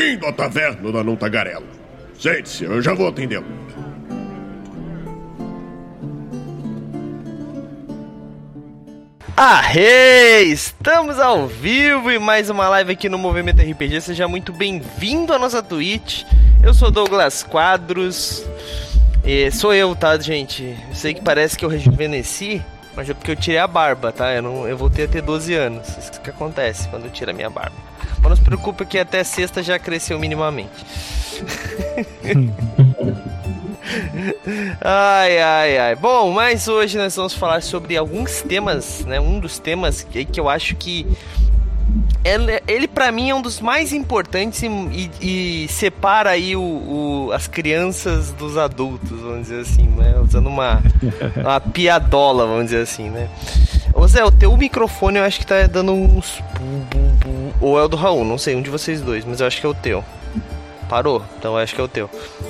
Bem-vindo à taverna da Não Tagarela. Sente-se, eu já vou atendê-lo. Ahê! Estamos ao vivo e mais uma live aqui no Movimento RPG. Seja muito bem-vindo à nossa Twitch. Eu sou Douglas Quadros. Sou eu, tá, gente? Eu sei que parece que eu rejuvenesci, mas é porque eu tirei a barba, tá? Eu voltei a ter 12 anos. Isso que acontece quando eu tiro a minha barba. Mas não se preocupe que até sexta já cresceu minimamente. Ai. Bom, mas hoje nós vamos falar sobre alguns temas, né? Um dos temas que eu acho que ele pra mim é um dos mais importantes e separa aí as crianças dos adultos, vamos dizer assim, né? Usando uma piadola, vamos dizer assim, né? Ô Zé, o teu microfone eu acho que tá dando uns... Ou é o do Raul, não sei, um de vocês dois, mas eu acho que é o teu. Parou? Então eu acho que é o teu.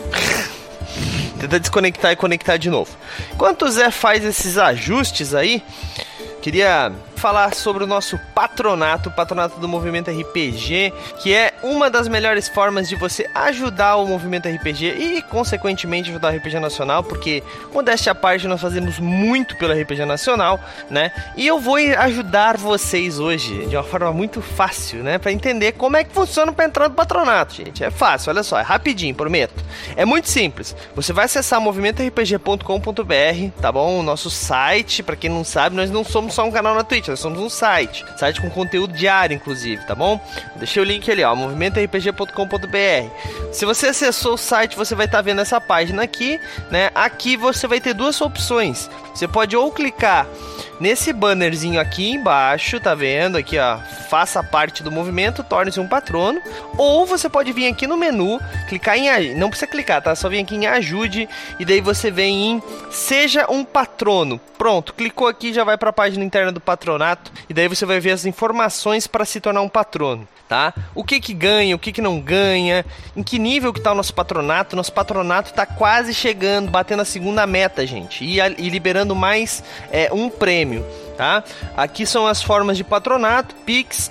Tenta desconectar e conectar de novo. Enquanto o Zé faz esses ajustes aí, queria falar sobre o nosso patronato, o patronato do Movimento RPG, que é uma das melhores formas de você ajudar o Movimento RPG e, consequentemente, ajudar o RPG Nacional, porque, modéstia à parte, nós fazemos muito pelo RPG Nacional, né? E eu vou ajudar vocês hoje de uma forma muito fácil, né? Pra entender como é que funciona pra entrar no patronato, gente. É fácil, olha só, é rapidinho, prometo. É muito simples. Você vai acessar movimentorpg.com.br, tá bom? O nosso site, pra quem não sabe, nós não somos só um canal na Twitch, nós somos um site com conteúdo diário, inclusive, tá bom? Deixei o link ali, ó, movimentorpg.com.br. Se você acessou o site, você vai estar vendo essa página aqui, né? Aqui você vai ter duas opções. Você pode ou clicar nesse bannerzinho aqui embaixo, tá vendo? Aqui, ó, faça parte do movimento, torne-se um patrono. Ou você pode vir aqui no menu, clicar em... Não precisa clicar, tá? Só vir aqui em ajude e daí você vem em seja um patrono. Pronto, clicou aqui, já vai para a página interna do patronato e daí você vai ver as informações para se tornar um patrono, tá? O que ganha, o que não ganha, em que nível que tá o nosso patronato. Nosso patronato tá quase chegando, batendo a segunda meta, gente, e liberando mais um prêmio, tá? Aqui são as formas de patronato: Pix,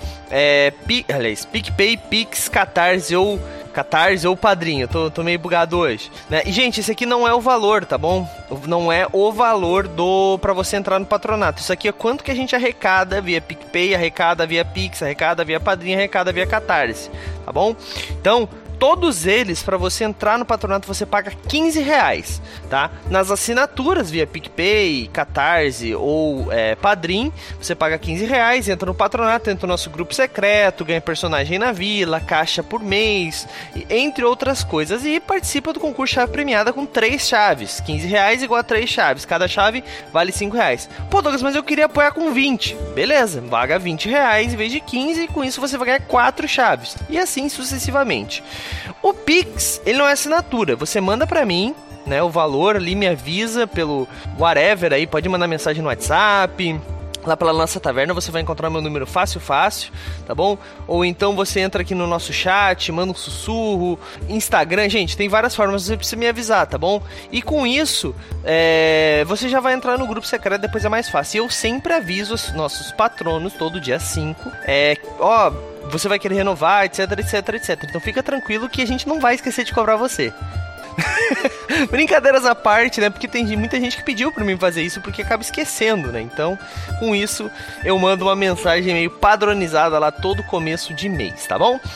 PicPay, Pix, Catarse ou Padrinho. Tô meio bugado hoje, né? E, gente, esse aqui não é o valor, tá bom? Não é o valor pra você entrar no patronato. Isso aqui é quanto que a gente arrecada via PicPay, arrecada via Pix, arrecada via Padrinho, arrecada via Catarse, tá bom? Então, todos eles, para você entrar no patronato, você paga R$15, tá? Nas assinaturas via PicPay, Catarse ou Padrim, você paga R$15, entra no patronato, entra no nosso grupo secreto, ganha personagem na vila, caixa por mês, entre outras coisas, e participa do concurso chave premiada com 3 chaves. R$15 igual a 3 chaves, cada chave vale R$5. Pô, Douglas, mas eu queria apoiar com 20. Beleza, paga R$20 em vez de 15, e com isso você vai ganhar 4 chaves, e assim sucessivamente. O Pix, ele não é assinatura, você manda pra mim, né, o valor ali, me avisa pelo whatever aí, pode mandar mensagem no WhatsApp, lá pela nossa taverna você vai encontrar meu número fácil, tá bom? Ou então você entra aqui no nosso chat, manda um sussurro, Instagram, gente, tem várias formas, você precisa me avisar, tá bom? E com isso, você já vai entrar no grupo secreto, depois é mais fácil. E eu sempre aviso os nossos patronos, todo dia 5, você vai querer renovar, etc. Então fica tranquilo que a gente não vai esquecer de cobrar você. Brincadeiras à parte, né? Porque tem muita gente que pediu pra mim fazer isso porque acaba esquecendo, né? Então, com isso, eu mando uma mensagem meio padronizada lá todo começo de mês, tá bom?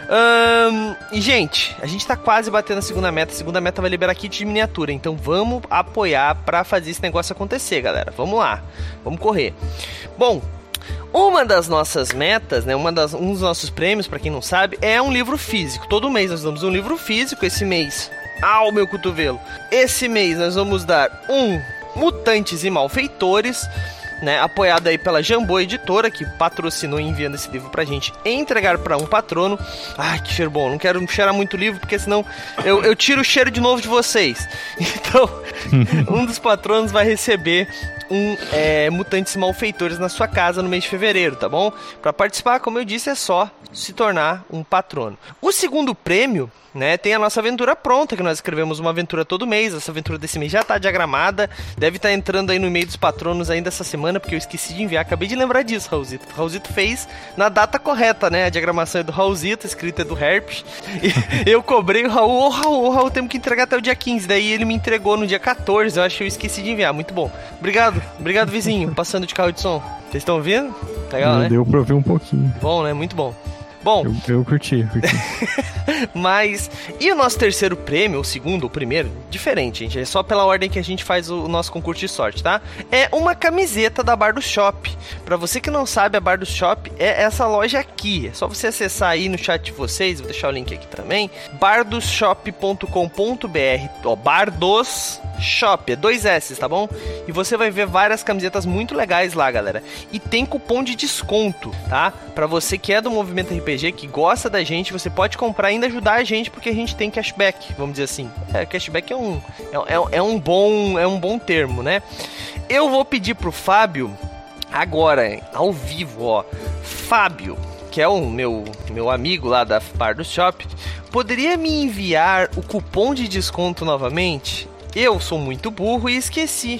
E, gente, a gente tá quase batendo a segunda meta. A segunda meta vai liberar kit de miniatura. Então vamos apoiar pra fazer esse negócio acontecer, galera. Vamos lá, vamos correr. Bom, uma das nossas metas, né, um dos nossos prêmios, pra quem não sabe, é um livro físico. Todo mês nós damos um livro físico. Esse mês, meu cotovelo. Esse mês nós vamos dar um Mutantes e Malfeitores, né, apoiado aí pela Jambô Editora, que patrocinou enviando esse livro pra gente entregar pra um patrono. Ai, que cheiro bom, não quero cheirar muito livro, porque senão eu tiro o cheiro de novo de vocês. Então, um dos patronos vai receber Mutantes Malfeitores na sua casa no mês de fevereiro, tá bom? Para participar, como eu disse, é só se tornar um patrono. O segundo prêmio, né, tem a nossa aventura pronta, que nós escrevemos uma aventura todo mês. Essa aventura desse mês já tá diagramada, deve estar entrando aí no e-mail dos patronos ainda essa semana, porque eu esqueci de enviar, acabei de lembrar disso, Raulzito. O Raulzito fez na data correta, né, a diagramação é do Raulzito, a escrita é do Herpes, e eu cobrei o Raul, Raul, temos que entregar até o dia 15, daí ele me entregou no dia 14, eu acho que eu esqueci de enviar, muito bom. Obrigado vizinho, passando de carro de som. Vocês estão ouvindo? Legal, né? Deu pra ouvir um pouquinho. Bom, né, muito bom. Bom, eu curti. Mas, e o nosso terceiro prêmio, o segundo, o primeiro, diferente, gente, é só pela ordem que a gente faz o nosso concurso de sorte, tá? É uma camiseta da Bar do Shop. Pra você que não sabe, a Bar do Shop é essa loja aqui. É só você acessar aí no chat de vocês, vou deixar o link aqui também, bardosshop.com.br, ó, Bardos Shop, é 2 S, tá bom? E você vai ver várias camisetas muito legais lá, galera. E tem cupom de desconto, tá? Pra você que é do Movimento RPG, que gosta da gente, você pode comprar e ainda ajudar a gente, porque a gente tem cashback, vamos dizer assim. Cashback é um bom termo, né? Eu vou pedir pro Fábio, agora, ao vivo, ó. Fábio, que é o meu amigo lá da Bar do Shop, poderia me enviar o cupom de desconto novamente? Eu sou muito burro e esqueci.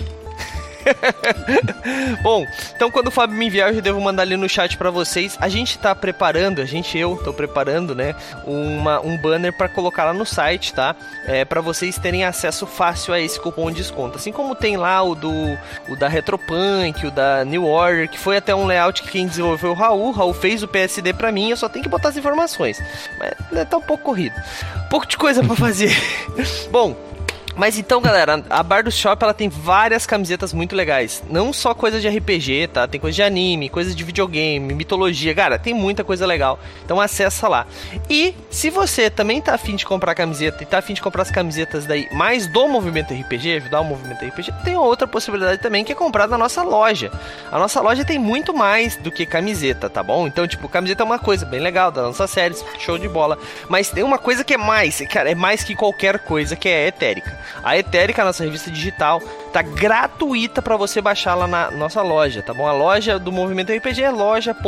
Bom, então quando o Fábio me enviar, eu já devo mandar ali no chat pra vocês. A gente tá preparando, eu tô preparando, né, um banner pra colocar lá no site, tá? Pra vocês terem acesso fácil a esse cupom de desconto. Assim como tem lá o da Retropunk, o da New Order, que foi até um layout que quem desenvolveu foi o Raul. O Raul fez o PSD pra mim, eu só tenho que botar as informações. Mas né, tá um pouco corrido. Pouco de coisa pra fazer. Bom, mas então, galera, a Bar do Shop, ela tem várias camisetas muito legais. Não só coisa de RPG, tá? Tem coisa de anime, coisa de videogame, mitologia. Cara, tem muita coisa legal. Então acessa lá. E se você também tá afim de comprar camiseta e tá afim de comprar as camisetas daí mais do Movimento RPG, ajudar o Movimento RPG, tem outra possibilidade também, que é comprar na nossa loja. A nossa loja tem muito mais do que camiseta, tá bom? Então, tipo, camiseta é uma coisa bem legal das nossas séries, show de bola. Mas tem uma coisa que é mais, cara, é mais que qualquer coisa, que é a Etérica. A Etérica, a nossa revista digital, tá gratuita para você baixar lá na nossa loja, tá bom? A loja do Movimento RPG é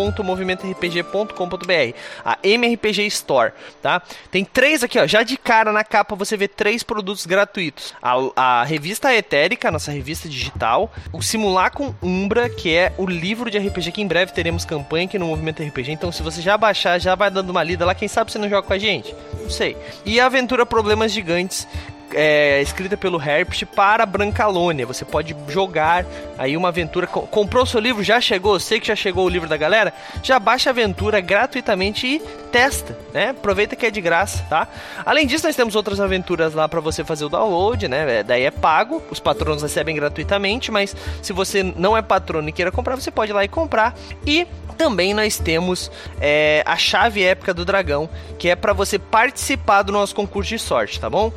loja.movimentorpg.com.br, a MRPG Store, tá? Tem 3 aqui, ó, já de cara na capa você vê 3 produtos gratuitos. A revista Etérica, nossa revista digital, o Simulacrum Umbra, que é o livro de RPG, que em breve teremos campanha aqui no Movimento RPG, então se você já baixar, já vai dando uma lida lá, quem sabe você não joga com a gente? Não sei. E a aventura Problemas Gigantes, escrita pelo Herpes para Brancalônia. Você pode jogar aí uma aventura. Comprou seu livro? Já chegou? Sei que já chegou o livro da galera. Já baixa a aventura gratuitamente e testa, né? Aproveita que é de graça, tá? Além disso, nós temos outras aventuras lá para você fazer o download, né? Daí é pago, os patronos recebem gratuitamente, mas se você não é patrono e queira comprar, você pode ir lá e comprar. E também nós temos a chave épica do dragão, que é para você participar do nosso concurso de sorte, tá bom?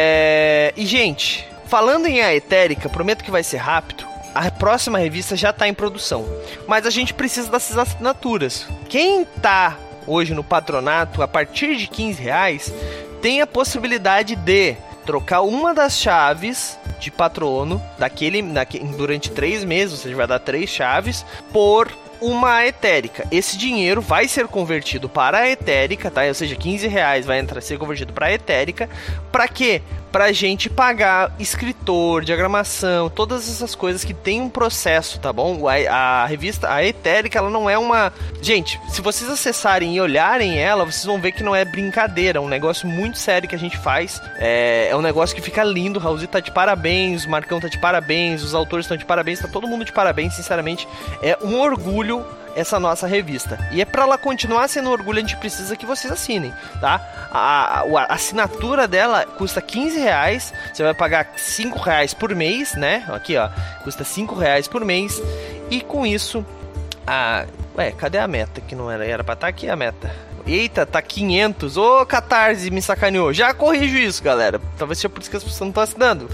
E, gente, falando em A Etérica, prometo que vai ser rápido. A próxima revista já tá em produção, mas a gente precisa dessas assinaturas. Quem tá hoje no patronato, a partir de R$15, tem a possibilidade de trocar uma das chaves de patrono durante 3 meses, ou seja, vai dar 3 chaves, por uma Etérica. Esse dinheiro vai ser convertido para a Etérica, tá? Ou seja, R$15 vai ser convertido para a Etérica. Para quê? Pra gente pagar escritor, diagramação, todas essas coisas que tem um processo, tá bom? A revista, a Etérica, ela não é uma... Gente, se vocês acessarem e olharem ela, vocês vão ver que não é brincadeira, é um negócio muito sério que a gente faz. É um negócio que fica lindo, o Raulzito tá de parabéns, o Marcão tá de parabéns, os autores estão de parabéns, tá todo mundo de parabéns, sinceramente. É um orgulho essa nossa revista. E é pra ela continuar sendo um orgulho, a gente precisa que vocês assinem, tá? A assinatura dela custa R$15, você vai pagar R$5 por mês, né? Aqui, ó, custa R$5 por mês. E com isso, cadê a meta? Que não era pra estar aqui a meta. Eita, tá 500. Ô, Catarse, me sacaneou. Já corrijo isso, galera. Talvez seja por isso que as pessoas não estão assinando.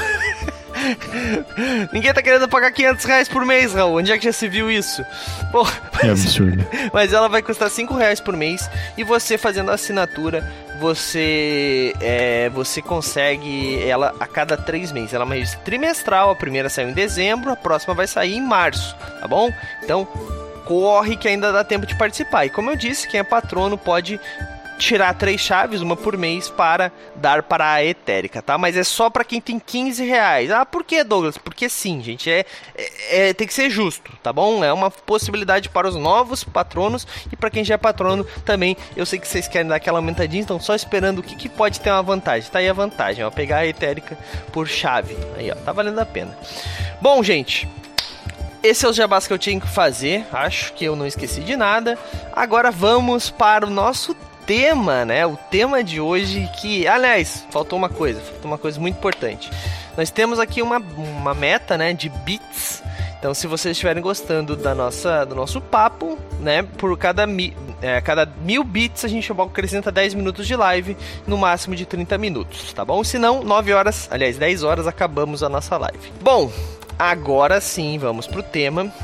Ninguém tá querendo pagar R$500 por mês, Raul. Onde é que já se viu isso? É absurdo. Mas ela vai custar R$5 por mês. E você fazendo a assinatura, você consegue ela a cada 3 meses. Ela é uma revista trimestral, a primeira saiu em dezembro, a próxima vai sair em março, tá bom? Então, corre que ainda dá tempo de participar. E como eu disse, quem é patrono pode tirar 3 chaves, uma por mês, para dar para a Etérica, tá? Mas é só para quem tem R$15. Ah, por que, Douglas? Porque sim, gente, tem que ser justo, tá bom? É uma possibilidade para os novos patronos e para quem já é patrono também. Eu sei que vocês querem dar aquela aumentadinha, então só esperando o que pode ter uma vantagem. Tá aí a vantagem, ó, pegar a Etérica por chave. Aí, ó, tá valendo a pena. Bom, gente, esse é o jabás que eu tinha que fazer. Acho que eu não esqueci de nada. Agora vamos para o nosso tema, né? O tema de hoje que, aliás, faltou uma coisa muito importante. Nós temos aqui uma meta, né, de bits. Então, se vocês estiverem gostando do nosso papo, né, por cada 1000 bits a gente acrescenta 10 minutos de live, no máximo de 30 minutos, tá bom? Se não, 10 horas acabamos a nossa live. Bom, agora sim, vamos pro tema.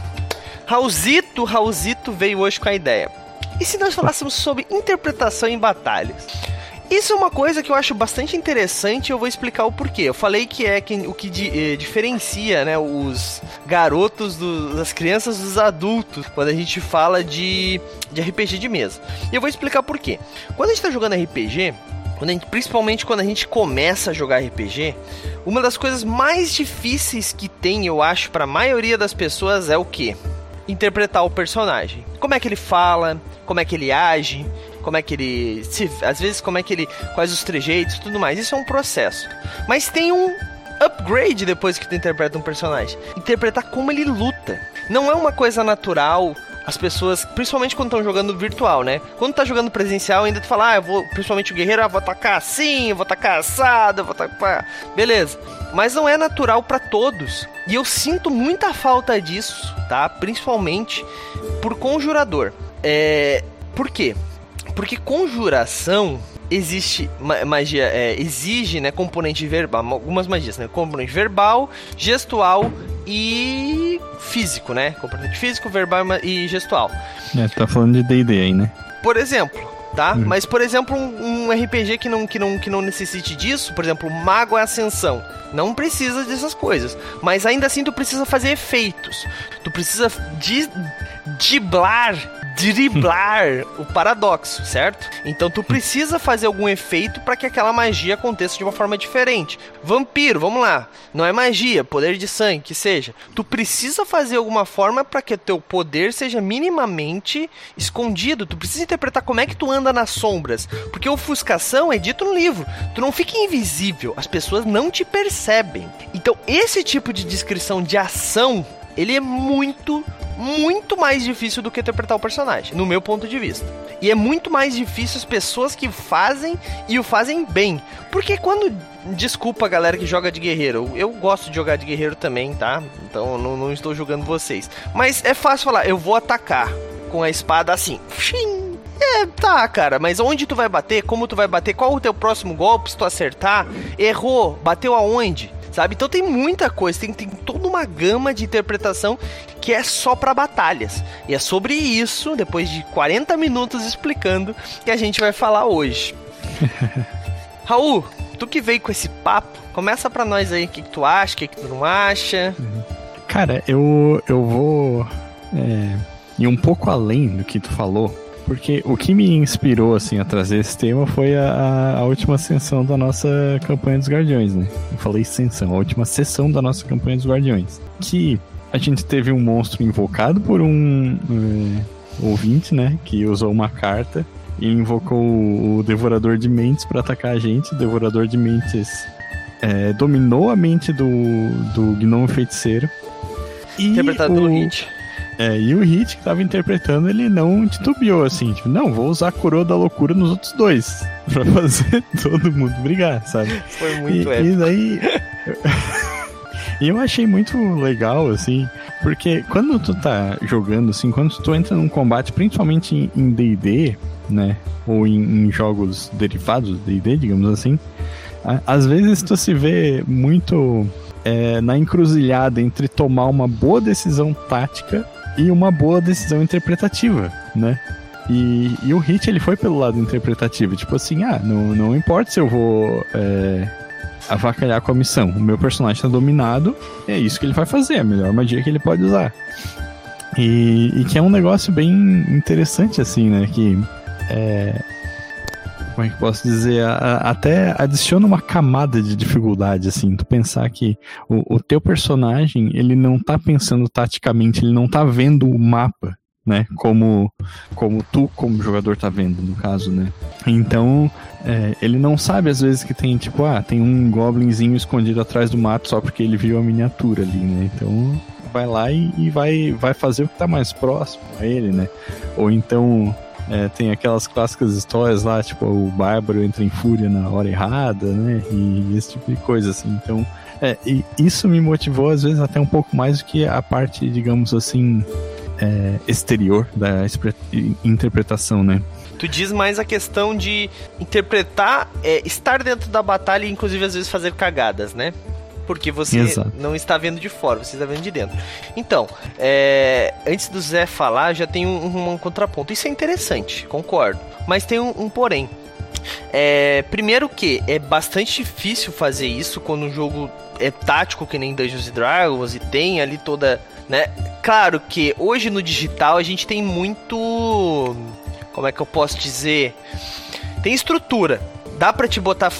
Raulzito veio hoje com a ideia. E se nós falássemos sobre interpretação em batalhas? Isso é uma coisa que eu acho bastante interessante e eu vou explicar o porquê. Eu falei que o que diferencia, né, os garotos das crianças dos adultos quando a gente fala de RPG de mesa. E eu vou explicar por quê. Quando a gente está jogando RPG, principalmente quando a gente começa a jogar RPG, uma das coisas mais difíceis que tem, eu acho, para a maioria das pessoas é o quê? Interpretar o personagem. Como é que ele fala, como é que ele age, como é que ele às vezes quais os trejeitos e tudo mais. Isso é um processo. Mas tem um upgrade depois que tu interpreta um personagem. Interpretar como ele luta. Não é uma coisa natural. As pessoas, principalmente quando estão jogando virtual, né? Quando tá jogando presencial, ainda tu fala, principalmente o guerreiro, vou atacar assim, eu vou atacar assado, eu vou atacar... Beleza. Mas não é natural pra todos. E eu sinto muita falta disso, tá? Principalmente por conjurador. Por quê? Porque conjuração existe magia, exige, né, componente verbal, algumas magias, né? Componente verbal, gestual e físico, né? Componente físico, verbal e gestual. Tá falando de D&D aí, né? Por exemplo, tá? Mas, por exemplo, um RPG que não necessite disso, por exemplo, Mago Ascensão, não precisa dessas coisas. Mas ainda assim tu precisa fazer efeitos. Tu precisa driblar o paradoxo, certo? Então tu precisa fazer algum efeito para que aquela magia aconteça de uma forma diferente. Vampiro, vamos lá. Não é magia, poder de sangue, que seja. Tu precisa fazer alguma forma para que o teu poder seja minimamente escondido. Tu precisa interpretar como é que tu anda nas sombras. Porque ofuscação é dito no livro. Tu não fica invisível, as pessoas não te percebem. Então esse tipo de descrição de ação, ele é muito mais difícil do que interpretar o personagem, no meu ponto de vista. E é muito mais difícil as pessoas que fazem e o fazem bem. Porque quando... Desculpa a galera que joga de guerreiro, eu gosto de jogar de guerreiro também, tá? Então não estou julgando vocês. Mas é fácil falar, eu vou atacar com a espada assim. Tá, cara, mas onde tu vai bater? Como tu vai bater? Qual o teu próximo golpe? Se tu acertar, errou, bateu aonde? Sabe? Então tem muita coisa, tem toda uma gama de interpretação que é só pra batalhas. E é sobre isso, depois de 40 minutos explicando, que a gente vai falar hoje. Raul, tu que veio com esse papo, começa pra nós aí o que tu acha, o que tu não acha. Cara, eu vou ir um pouco além do que tu falou, porque o que me inspirou assim, a trazer esse tema foi a última ascensão da nossa campanha dos Guardiões, né? Eu falei ascensão, a última sessão da nossa campanha dos Guardiões. Que a gente teve um monstro invocado por um ouvinte, né? Que usou uma carta e invocou o Devorador de Mentes para atacar a gente. O Devorador de Mentes dominou a mente do Gnomo Feiticeiro. Interpretado pelo Hit. E o Hit que tava interpretando, ele não titubeou, assim, tipo, não, vou usar a coroa da loucura nos outros dois, pra fazer todo mundo brigar, sabe? Foi muito épico. E daí... E eu achei muito legal, assim, porque quando tu tá jogando, assim, quando tu entra num combate, principalmente em D&D, né, ou em jogos derivados do D&D, digamos assim, às vezes tu se vê muito na encruzilhada entre tomar uma boa decisão tática e uma boa decisão interpretativa, né? E o Hit, ele foi pelo lado interpretativo, tipo assim, não importa se eu vou avacalhar com a missão, o meu personagem tá dominado, é isso que ele vai fazer, é a melhor magia que ele pode usar. E que é um negócio bem interessante, assim, né, que como é que posso dizer, até adiciona uma camada de dificuldade, assim, tu pensar que o teu personagem, ele não tá pensando taticamente, ele não tá vendo o mapa, né, como tu, como jogador, tá vendo, no caso, né. Então, ele não sabe, às vezes, que tem, tipo, tem um goblinzinho escondido atrás do mato só porque ele viu a miniatura ali, né. Então, vai lá e vai fazer o que tá mais próximo a ele, né. Ou então, tem aquelas clássicas histórias lá, tipo, o bárbaro entra em fúria na hora errada, né, e esse tipo de coisa, assim. Então, e isso me motivou, às vezes, até um pouco mais do que a parte, digamos assim, exterior da interpretação, né? Tu diz mais a questão de interpretar, estar dentro da batalha e inclusive às vezes fazer cagadas, né? Porque você não está vendo de fora, você está vendo de dentro. Então, antes do Zé falar, já tem um contraponto. Isso é interessante, concordo. Mas tem um porém. Primeiro que é bastante difícil fazer isso quando um jogo é tático, que nem Dungeons & Dragons, e tem ali toda... né? Claro que hoje no digital a gente tem muito... Como é que eu posso dizer? Tem estrutura. Dá pra te botar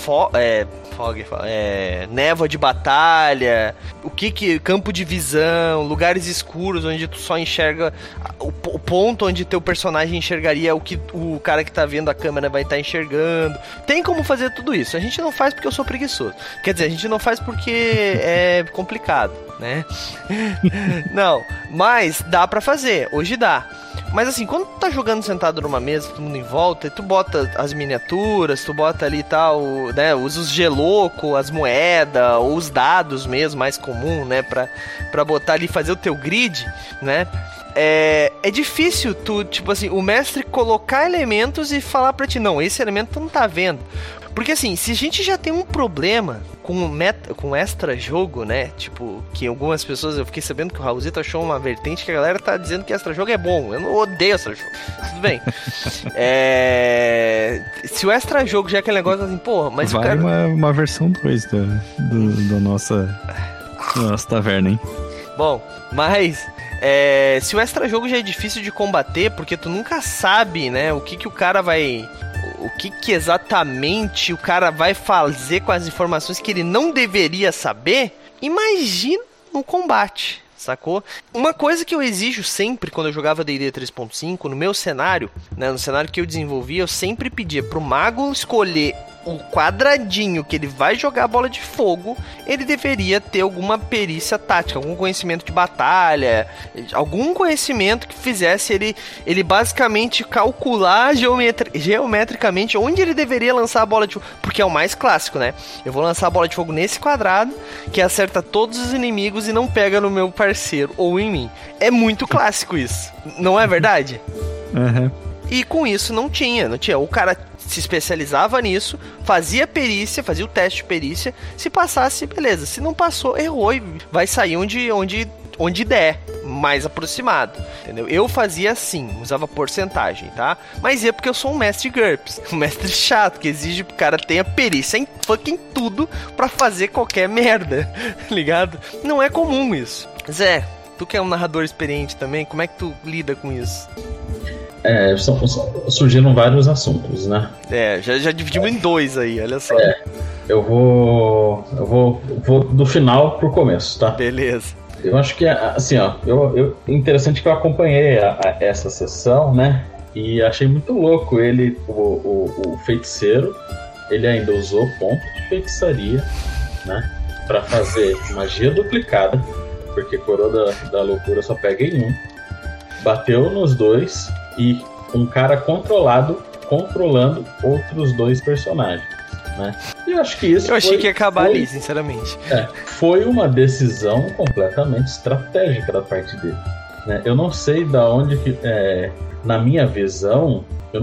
névoa de batalha, campo de visão, lugares escuros onde tu só enxerga o ponto onde teu personagem enxergaria o que o cara que tá vendo a câmera vai estar enxergando. Tem como fazer tudo isso. A gente não faz porque eu sou preguiçoso. Quer dizer, a gente não faz porque é complicado, né? Não, mas dá pra fazer. Hoje dá. Mas assim, quando tu tá jogando sentado numa mesa, todo mundo em volta, e tu bota as miniaturas, tu bota ali e tal, né, usa os geloco, as moedas, ou os dados mesmo, mais comum, né, pra botar ali e fazer o teu grid, né, é difícil tu, tipo assim, o mestre colocar elementos e falar pra ti, não, esse elemento tu não tá vendo. Porque assim, se a gente já tem um problema com extra jogo, né? Tipo, que algumas pessoas, eu fiquei sabendo que o Raulzito achou uma vertente que a galera tá dizendo que extra jogo é bom. Eu não odeio extra jogo. Tudo bem. Se o extra jogo já é aquele negócio assim, porra, mas vai o cara... uma versão 2 da nossa taverna, hein? Bom, mas... se o extra jogo já é difícil de combater, porque tu nunca sabe, né, o que o cara vai... O que exatamente o cara vai fazer com as informações que ele não deveria saber, imagina no combate, sacou? Uma coisa que eu exijo sempre quando eu jogava D&D 3.5, no meu cenário, né, no cenário que eu desenvolvi, eu sempre pedia pro mago escolher o quadradinho que ele vai jogar a bola de fogo, ele deveria ter alguma perícia tática, algum conhecimento de batalha, algum conhecimento que fizesse ele basicamente calcular geometricamente onde ele deveria lançar a bola de fogo, porque é o mais clássico, né? Eu vou lançar a bola de fogo nesse quadrado, que acerta todos os inimigos e não pega no meu parceiro ou em mim. É muito clássico isso, não é verdade? Uhum. E com isso não tinha. O cara se especializava nisso, fazia perícia, fazia o teste de perícia. Se passasse, beleza. Se não passou, errou e vai sair onde der, mais aproximado, entendeu? Eu fazia assim, usava porcentagem, tá? Mas é porque eu sou um mestre GURPS, um mestre chato, que exige que o cara tenha perícia em fucking tudo pra fazer qualquer merda, ligado? Não é comum isso. Zé, tu que é um narrador experiente também, como é que tu lida com isso? Surgiram vários assuntos, né? Já dividimos em dois aí, olha só. Eu vou do final pro começo, tá? Beleza. Eu acho que, assim, ó, interessante que eu acompanhei essa sessão, né? E achei muito louco o feiticeiro, ele ainda usou ponto de feitiçaria, né? Pra fazer magia duplicada, porque coroa da loucura só pega em um. Bateu nos dois e um cara controlando outros dois personagens, né? E eu acho que isso achei que ia acabar ali, sinceramente. Foi uma decisão completamente estratégica da parte dele, né? Eu não sei da onde que... na minha visão,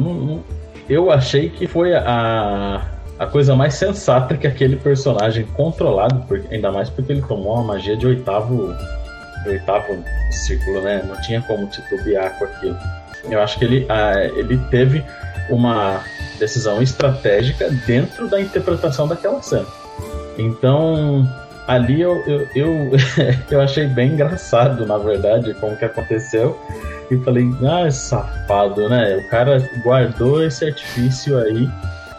eu achei que foi a coisa mais sensata que aquele personagem controlado, ainda mais porque ele tomou uma magia de oitavo círculo, né? Não tinha como titubear com aquilo. Eu acho que ele teve uma decisão estratégica dentro da interpretação daquela cena. Então, ali eu achei bem engraçado, na verdade, como que aconteceu. E falei, safado, né? O cara guardou esse artifício aí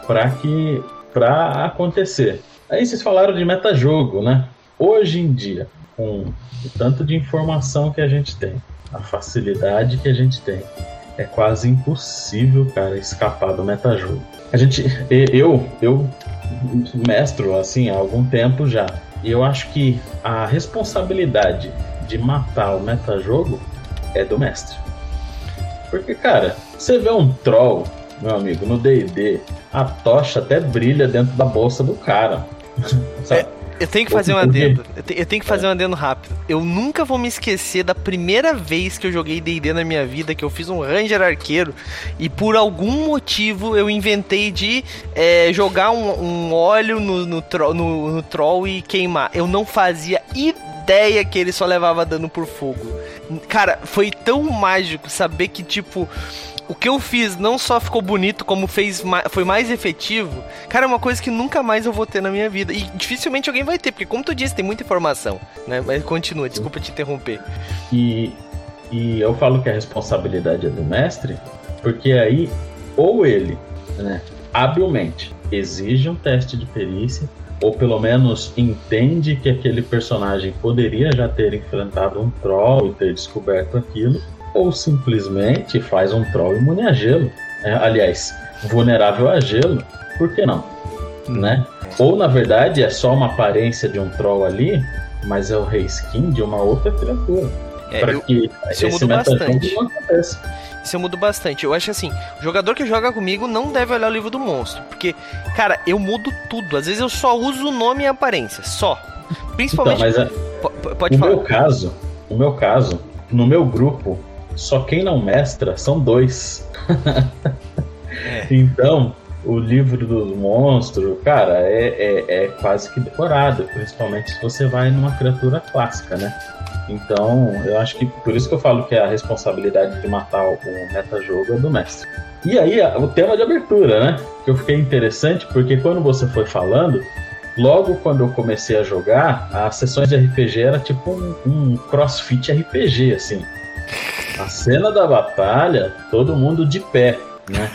pra acontecer. Aí vocês falaram de metajogo, né? Hoje em dia, com o tanto de informação que a gente tem, a facilidade que a gente tem, é quase impossível, cara, escapar do metajogo. Eu mestro, assim, há algum tempo já. E eu acho que a responsabilidade de matar o metajogo é do mestre. Porque, cara, você vê um troll, meu amigo, no D&D, a tocha até brilha dentro da bolsa do cara. Sabe? Eu tenho que fazer um adendo. Eu tenho que fazer um adendo rápido. Eu nunca vou me esquecer da primeira vez que eu joguei D&D na minha vida, que eu fiz um Ranger arqueiro e por algum motivo eu inventei de jogar um óleo no troll e queimar. Eu não fazia ideia que ele só levava dano por fogo. Cara, foi tão mágico saber que, tipo, o que eu fiz não só ficou bonito, como foi mais efetivo. Cara, é uma coisa que nunca mais eu vou ter na minha vida. E dificilmente alguém vai ter, porque como tu disse, tem muita informação, né? Mas continua, desculpa te interromper. E eu falo que a responsabilidade é do mestre, porque aí, ou ele, né, habilmente exige um teste de perícia, ou pelo menos entende que aquele personagem poderia já ter enfrentado um troll e ter descoberto aquilo, ou simplesmente faz um troll imune a gelo. Aliás, vulnerável a gelo, por que não? Né? Ou, na verdade, é só uma aparência de um troll ali, mas é o reskin de uma outra criatura. Para que esse metajogo não aconteça. Isso eu mudo bastante. Eu acho assim, o jogador que joga comigo não deve olhar o livro do monstro. Porque, cara, eu mudo tudo. Às vezes eu só uso o nome e a aparência. Só. Principalmente... Então, mas pode falar. O meu caso, no meu grupo, só quem não mestra são 2. Então, o livro do monstro, cara, é quase que decorado. Principalmente se você vai numa criatura clássica, né? Então, eu acho que por isso que eu falo que a responsabilidade de matar o metajogo é do mestre. E aí, o tema de abertura, né? Que eu fiquei interessante, porque quando você foi falando, logo quando eu comecei a jogar, as sessões de RPG era tipo um crossfit RPG, assim. A cena da batalha, todo mundo de pé, né?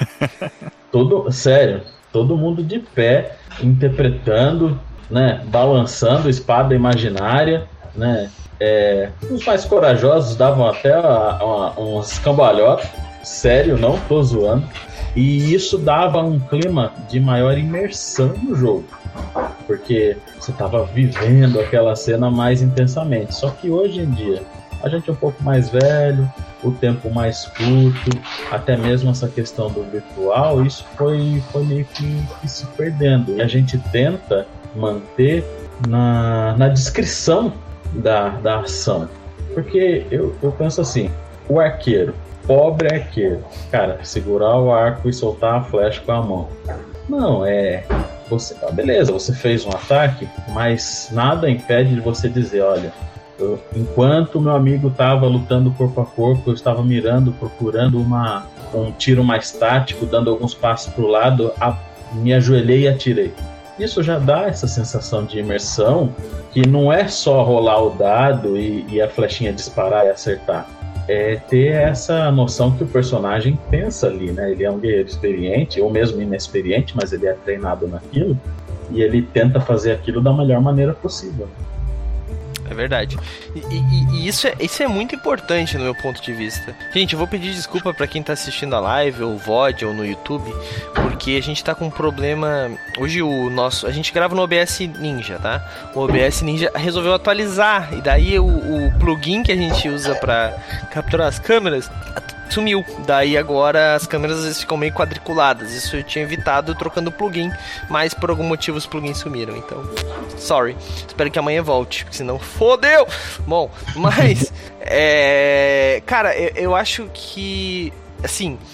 Sério, todo mundo de pé, interpretando, né? Balançando espada imaginária, né? Os mais corajosos davam até umas cambalhotas. Sério, não tô zoando. E isso dava um clima de maior imersão no jogo, porque você tava vivendo aquela cena mais intensamente. Só que hoje em dia a gente é um pouco mais velho, o tempo mais curto, até mesmo essa questão do virtual, isso foi meio que se perdendo. E a gente tenta manter na descrição da ação. Porque eu penso assim, o arqueiro, pobre arqueiro, cara, segurar o arco e soltar a flecha com a mão. Não, beleza, você fez um ataque, mas nada impede de você dizer, olha, enquanto meu amigo estava lutando corpo a corpo, eu estava mirando, procurando um tiro mais tático, dando alguns passos para o lado, me ajoelhei e atirei. Isso já dá essa sensação de imersão, que não é só rolar o dado e a flechinha disparar e acertar. É ter essa noção que o personagem pensa ali, né? Ele é um guerreiro experiente, ou mesmo inexperiente, mas ele é treinado naquilo, e ele tenta fazer aquilo da melhor maneira possível. É verdade. E isso é muito importante no meu ponto de vista. Gente, eu vou pedir desculpa pra quem tá assistindo a live, ou VOD, ou no YouTube, porque a gente tá com um problema. Hoje a gente grava no OBS Ninja, tá? O OBS Ninja resolveu atualizar, e daí o plugin que a gente usa pra capturar as câmeras sumiu. Daí agora as câmeras às vezes ficam meio quadriculadas. Isso eu tinha evitado trocando o plugin, mas por algum motivo os plugins sumiram. Então, sorry. Espero que amanhã volte, porque senão fodeu! Bom, mas cara, eu acho que assim,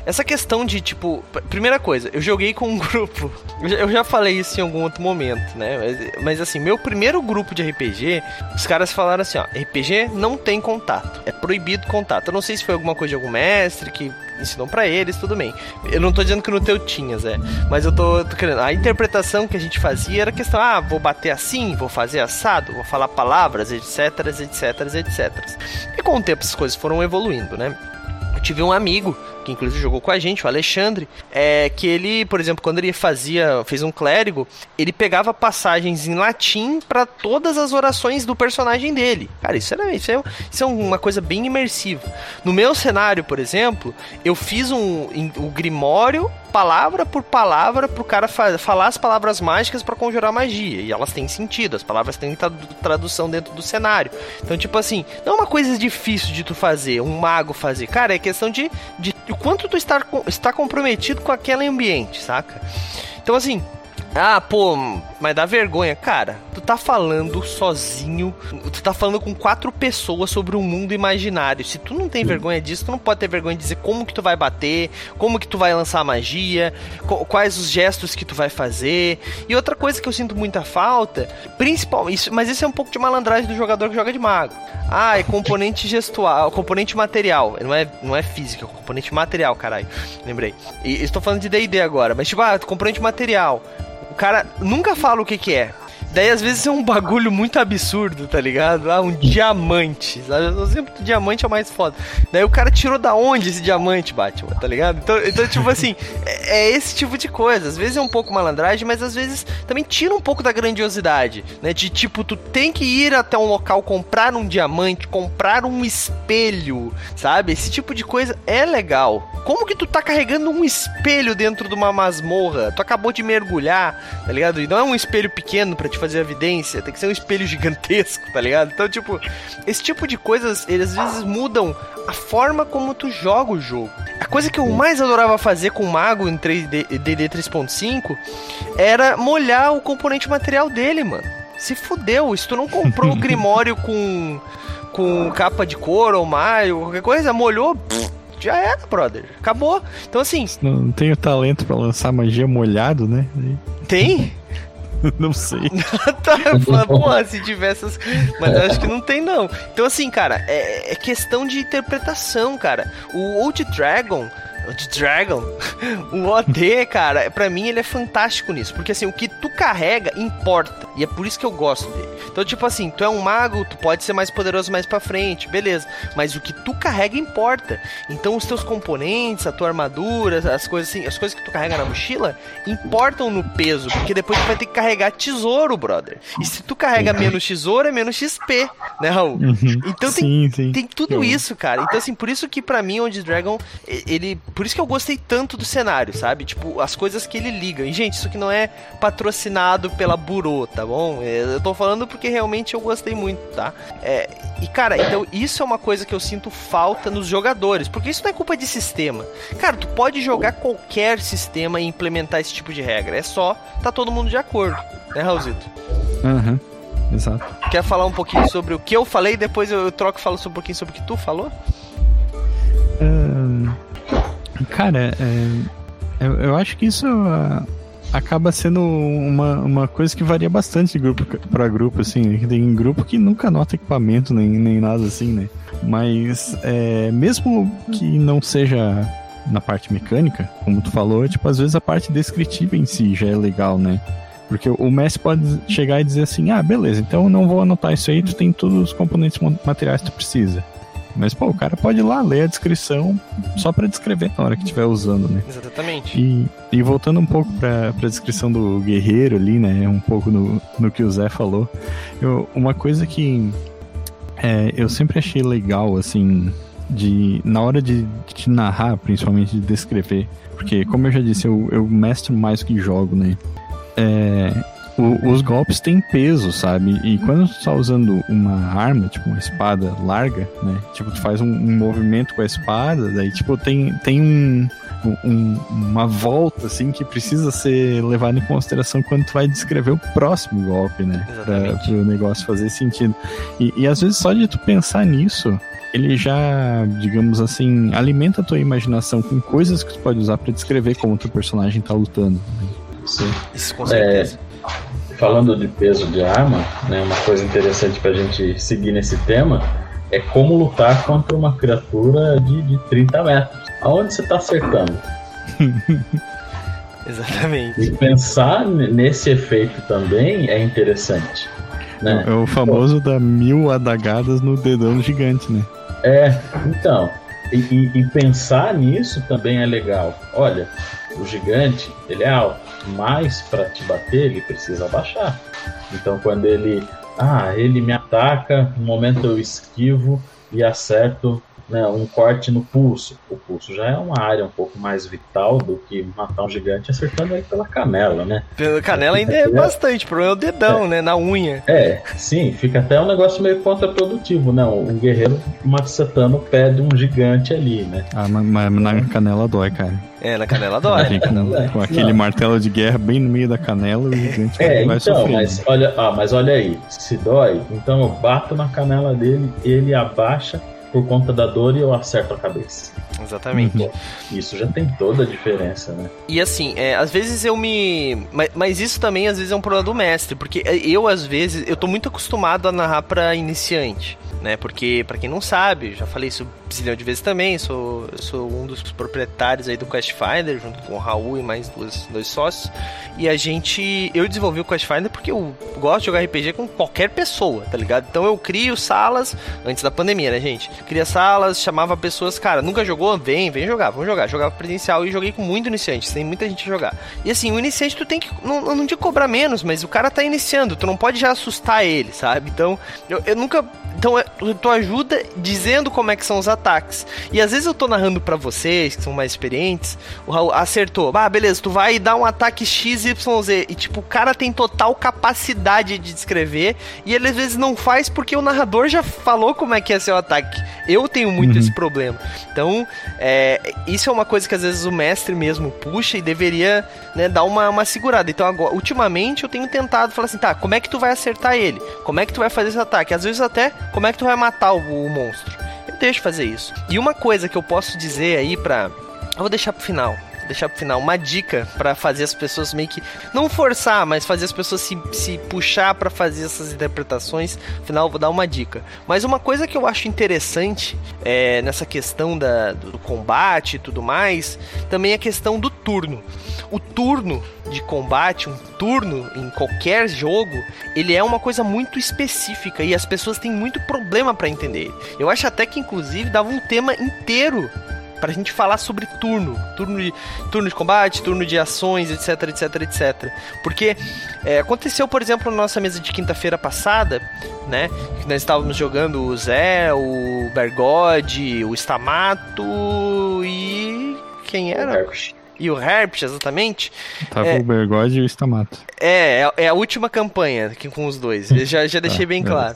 essa questão de, tipo... Primeira coisa, eu joguei com um grupo... Eu já falei isso em algum outro momento, né? Mas assim, meu primeiro grupo de RPG, os caras falaram assim, ó, RPG não tem contato. É proibido contato. Eu não sei se foi alguma coisa de algum mestre que ensinou pra eles, tudo bem. Eu não tô dizendo que no teu tinha, Zé. Mas eu tô querendo... A interpretação que a gente fazia era questão, vou bater assim, vou fazer assado, vou falar palavras, etc, etc, etc. E com o tempo essas coisas foram evoluindo, né? Eu tive um amigo, que inclusive jogou com a gente, o Alexandre, que ele, por exemplo, quando ele fez um clérigo, ele pegava passagens em latim para todas as orações do personagem dele. Cara, isso é uma coisa bem imersiva. No meu cenário, por exemplo, eu fiz o Grimório, palavra por palavra, pro cara falar as palavras mágicas para conjurar magia. E elas têm sentido, as palavras têm tradução dentro do cenário. Então, tipo assim, não é uma coisa difícil de tu fazer, um mago fazer. Cara, é questão de o quanto tu está comprometido com aquele ambiente, saca? Então, assim... mas dá vergonha. Cara, tu tá falando sozinho, tu tá falando com 4 pessoas sobre um mundo imaginário. Se tu não tem vergonha disso, tu não pode ter vergonha de dizer como que tu vai bater, como que tu vai lançar magia, quais os gestos que tu vai fazer. E outra coisa que eu sinto muita falta, mas isso é um pouco de malandragem do jogador que joga de mago. É componente gestual, componente material. Não é física, é componente material, caralho. Lembrei. E estou falando de D&D agora, mas tipo, componente material. O cara nunca fala o que é. Daí às vezes é um bagulho muito absurdo, tá ligado? Um diamante, sabe? Eu sempre o diamante é o mais foda. Daí o cara tirou da onde esse diamante, Batman, tá ligado? Então tipo assim, é esse tipo de coisa. Às vezes é um pouco malandragem, mas às vezes também tira um pouco da grandiosidade, né? De tipo, tu tem que ir até um local, comprar um diamante, comprar um espelho, sabe? Esse tipo de coisa é legal. Como que tu tá carregando um espelho dentro de uma masmorra? Tu acabou de mergulhar, tá ligado? E não é um espelho pequeno pra te fazer evidência, tem que ser um espelho gigantesco, tá ligado? Então, tipo, esse tipo de coisas, eles às vezes mudam a forma como tu joga o jogo. A coisa que eu mais adorava fazer com o Mago em D&D 3.5 era molhar o componente material dele, mano. Se fudeu, se tu não comprou o Grimório com capa de couro ou maio, qualquer coisa, molhou... Já era, brother. Acabou. Então, assim... Não tenho talento pra lançar magia molhado, né? Tem? Não sei. Tá, eu falo, pô, se tivesse essas... Mas eu acho que não tem, não. Então, assim, cara, é questão de interpretação, cara. O Old Dragon, o OD, cara, pra mim ele é fantástico nisso. Porque, assim, o que tu carrega importa. E é por isso que eu gosto dele. Então, tipo assim, tu é um mago, tu pode ser mais poderoso mais pra frente, beleza. Mas o que tu carrega importa. Então, os teus componentes, a tua armadura, as coisas assim, as coisas que tu carrega na mochila, importam no peso. Porque depois tu vai ter que carregar tesouro, brother. E se tu carrega menos tesouro, é menos XP, né, Raul? Então tem tudo isso, cara. Então, assim, por isso que pra mim, Old Dragon, por isso que eu gostei tanto do cenário, sabe? Tipo, as coisas que ele liga. E, gente, isso aqui não é patrocinado pela Burô, tá bom? Eu tô falando porque realmente eu gostei muito, tá? E, cara, então isso é uma coisa que eu sinto falta nos jogadores. Porque isso não é culpa de sistema. Cara, tu pode jogar qualquer sistema e implementar esse tipo de regra. É só tá todo mundo de acordo. Né, Raulzito? Exato. Quer falar um pouquinho sobre o que eu falei? Depois eu troco e falo um pouquinho sobre o que tu falou? Cara, eu acho que isso acaba sendo uma coisa que varia bastante de grupo pra grupo, assim. Tem grupo que nunca anota equipamento, nem nada assim, né? Mas, mesmo que não seja na parte mecânica, como tu falou, tipo, às vezes a parte descritiva em si já é legal, né? Porque o mestre pode chegar e dizer assim, beleza, então eu não vou anotar isso aí, tu tem todos os componentes materiais que tu precisa. Mas, pô, o cara pode ir lá ler a descrição só pra descrever na hora que estiver usando, né? Exatamente. E voltando um pouco pra descrição do guerreiro ali, né? Um pouco no que o Zé falou. Uma coisa que eu sempre achei legal, assim, na hora de narrar, principalmente de descrever. Porque, como eu já disse, eu mestro mais do que jogo, né? os golpes têm peso, sabe? E quando tu tá usando uma arma, tipo uma espada larga, né? Tipo, tu faz um movimento com a espada, daí tipo tem uma volta, assim, que precisa ser levada em consideração quando tu vai descrever o próximo golpe, né? Para o negócio fazer sentido. E às vezes só de tu pensar nisso, ele já, digamos assim, alimenta a tua imaginação com coisas que tu pode usar para descrever como o teu personagem tá lutando. Sim. Isso, com certeza. Falando de peso de arma, né, uma coisa interessante pra gente seguir nesse tema é como lutar contra uma criatura de 30 metros. Aonde você tá acertando? Exatamente. E pensar nesse efeito também é interessante, né? É o famoso da 1000 adagadas no dedão gigante, né? Então, e pensar nisso também é legal. Olha, o gigante, ele é alto, mas para te bater ele precisa abaixar. Então quando ele me ataca, no momento eu esquivo e acerto, né, um corte no pulso. O pulso já é uma área um pouco mais vital do que matar um gigante acertando ele pela canela, né? Pela canela ainda é bastante, o problema é o dedão, né? Na unha. Sim, fica até um negócio meio contraprodutivo, né? Um guerreiro macetando o pé de um gigante ali, né? Mas na canela dói, cara. Na canela dói. Com aquele martelo de guerra bem no meio da canela, o gigante vai sofrer. Mas olha aí, se dói, então eu bato na canela dele, ele abaixa por conta da dor e eu acerto a cabeça. Exatamente. Isso já tem toda a diferença, né? E assim, às vezes eu me... Mas isso também às vezes é um problema do mestre, porque às vezes, eu tô muito acostumado a narrar pra iniciante, né? Porque, pra quem não sabe, já falei isso zilhão de vezes também, sou um dos proprietários aí do Quest Finder, junto com o Raul e mais dois sócios, e eu desenvolvi o Quest Finder porque eu gosto de jogar RPG com qualquer pessoa, tá ligado? Então eu crio salas, antes da pandemia, né, gente? Cria salas, chamava pessoas, cara, nunca jogou? Vem jogar, vamos jogar. Jogava presencial e joguei com muito iniciante, tem muita gente a jogar. E assim, o iniciante tu tem que, não te cobrar menos, mas o cara tá iniciando, tu não pode já assustar ele, sabe? Então, eu nunca... Então, tu ajuda dizendo como é que são os ataques. E às vezes eu tô narrando pra vocês, que são mais experientes, o Raul acertou. Beleza, tu vai dar um ataque XYZ. E tipo, o cara tem total capacidade de descrever. E ele às vezes não faz porque o narrador já falou como é que é seu ataque. Eu tenho muito esse problema. Então, isso é uma coisa que às vezes o mestre mesmo puxa e deveria, né, dar uma segurada. Então, agora, ultimamente eu tenho tentado falar assim, tá, como é que tu vai acertar ele? Como é que tu vai fazer esse ataque? Às vezes até, como é que tu vai matar o monstro? Eu deixo fazer isso. E uma coisa que eu posso dizer aí eu vou deixar pro final, uma dica pra fazer as pessoas meio que, não forçar, mas fazer as pessoas se puxar pra fazer essas interpretações. Afinal, eu vou dar uma dica. Mas uma coisa que eu acho interessante nessa questão do combate e tudo mais, também é a questão do turno. O turno de combate, um turno em qualquer jogo, ele é uma coisa muito específica e as pessoas têm muito problema pra entender ele. Eu acho até que, inclusive, dava um tema inteiro pra gente falar sobre turno de combate, turno de ações, etc, etc, etc. Porque aconteceu, por exemplo, na nossa mesa de quinta-feira passada, né, que nós estávamos jogando o Zé, o Bergode, o Stamato e... quem era? E o Herpes, exatamente. Tava o Bergode e o Stamato. É a última campanha aqui com os dois. Eu já deixei bem claro.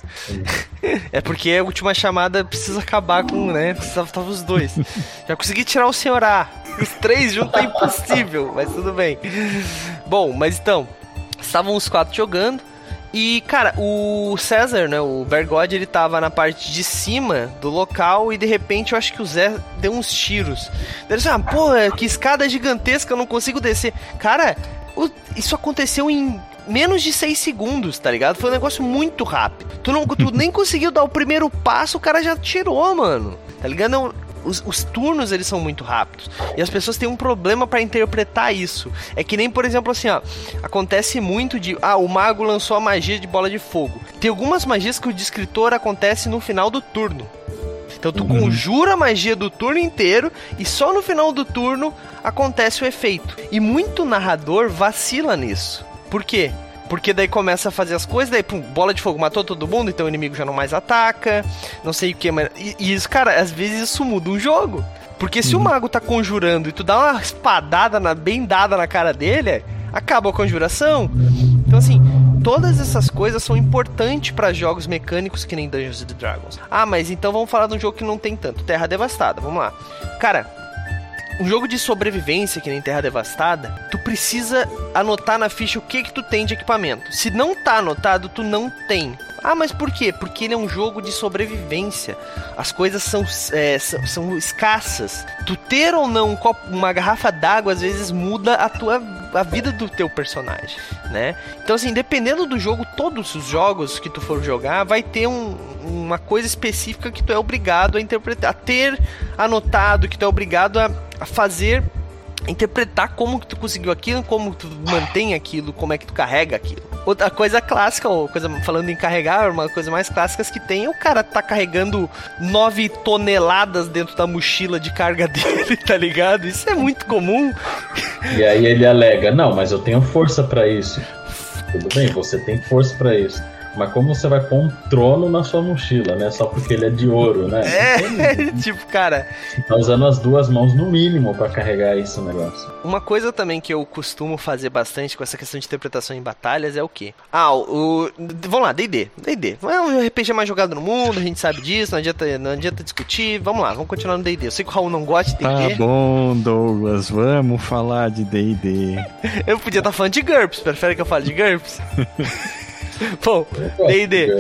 É porque a última chamada precisa acabar com, né? Tava os dois. Já consegui tirar o Senhor A. Os três juntos é impossível, mas tudo bem. Bom, mas então, estavam os 4 jogando. E, cara, o César, né, o Bergode, ele tava na parte de cima do local e, de repente, eu acho que o Zé deu uns tiros. Ele disse, que escada gigantesca, eu não consigo descer. Cara, isso aconteceu em menos de 6 segundos, tá ligado? Foi um negócio muito rápido. Tu nem conseguiu dar o primeiro passo, o cara já tirou, mano. Tá ligado? Os turnos, eles são muito rápidos. E as pessoas têm um problema pra interpretar isso. É que nem, por exemplo, assim, acontece muito de... o mago lançou a magia de bola de fogo. Tem algumas magias que o descritor acontece no final do turno. Então tu conjura a magia do turno inteiro e só no final do turno acontece o efeito. E muito narrador vacila nisso. Por quê? Porque daí começa a fazer as coisas, daí, pum, bola de fogo, matou todo mundo, então o inimigo já não mais ataca, não sei o que, mas... E isso, cara, às vezes isso muda o jogo. Porque se o mago tá conjurando e tu dá uma espadada bem dada na cara dele, acaba a conjuração. Então assim, todas essas coisas são importantes para jogos mecânicos que nem Dungeons & Dragons. Ah, mas então vamos falar de um jogo que não tem tanto, Terra Devastada, vamos lá. Cara, um jogo de sobrevivência que nem Terra Devastada, tu precisa anotar na ficha o que tu tem de equipamento. Se não tá anotado, tu não tem. Ah, mas por quê? Porque ele é um jogo de sobrevivência. As coisas são escassas. Tu ter ou não uma garrafa d'água, às vezes muda a vida do teu personagem, né? Então assim, dependendo do jogo, todos os jogos que tu for jogar, vai ter uma coisa específica que tu é obrigado a interpretar, a ter anotado, que tu é obrigado a fazer, interpretar como que tu conseguiu aquilo, como tu mantém aquilo, como é que tu carrega aquilo. Outra coisa clássica, ou coisa, falando em carregar, uma coisa mais clássica que tem, o cara tá carregando 9 toneladas dentro da mochila de carga dele, tá ligado? Isso é muito comum. E aí ele alega, não, mas eu tenho força pra isso. Tudo bem, você tem força pra isso. Mas como você vai pôr um trono na sua mochila, né? Só porque ele é de ouro, né? Tipo, cara... Você tá usando as duas mãos no mínimo pra carregar esse negócio. Uma coisa também que eu costumo fazer bastante com essa questão de interpretação em batalhas é o quê? Vamos lá, D&D. É um RPG mais jogado no mundo, a gente sabe disso, não adianta discutir. Vamos lá, vamos continuar no D&D. Eu sei que o Raul não gosta de D&D. Tá bom, Douglas, vamos falar de D&D. Eu podia estar falando de GURPS, prefere que eu fale de GURPS? Bom, D&D,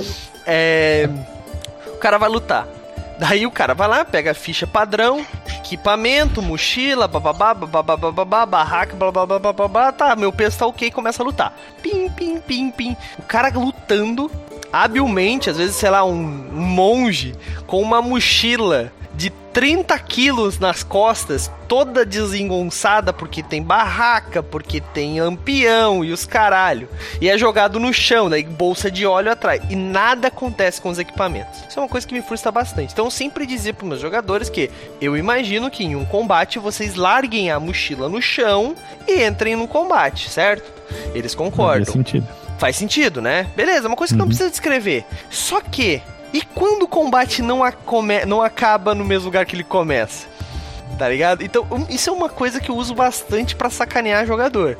o cara vai lutar. Daí o cara vai lá, pega a ficha padrão, equipamento, mochila, bababá, barraca, bababá, tá, meu peso tá ok, começa a lutar. Pim, pim, pim, pim. O cara lutando habilmente, às vezes, sei lá, um monge com uma mochila de 30 quilos nas costas, toda desengonçada, porque tem barraca, porque tem lampião e os caralho. E é jogado no chão, daí bolsa de óleo atrás. E nada acontece com os equipamentos. Isso é uma coisa que me frustra bastante. Então eu sempre dizia para meus jogadores que eu imagino que em um combate vocês larguem a mochila no chão e entrem no combate, certo? Eles concordam. Faz sentido. Faz sentido, né? Beleza, uma coisa que não precisa descrever. Só que... E quando o combate não acaba no mesmo lugar que ele começa? Tá ligado? Então, isso é uma coisa que eu uso bastante pra sacanear jogador.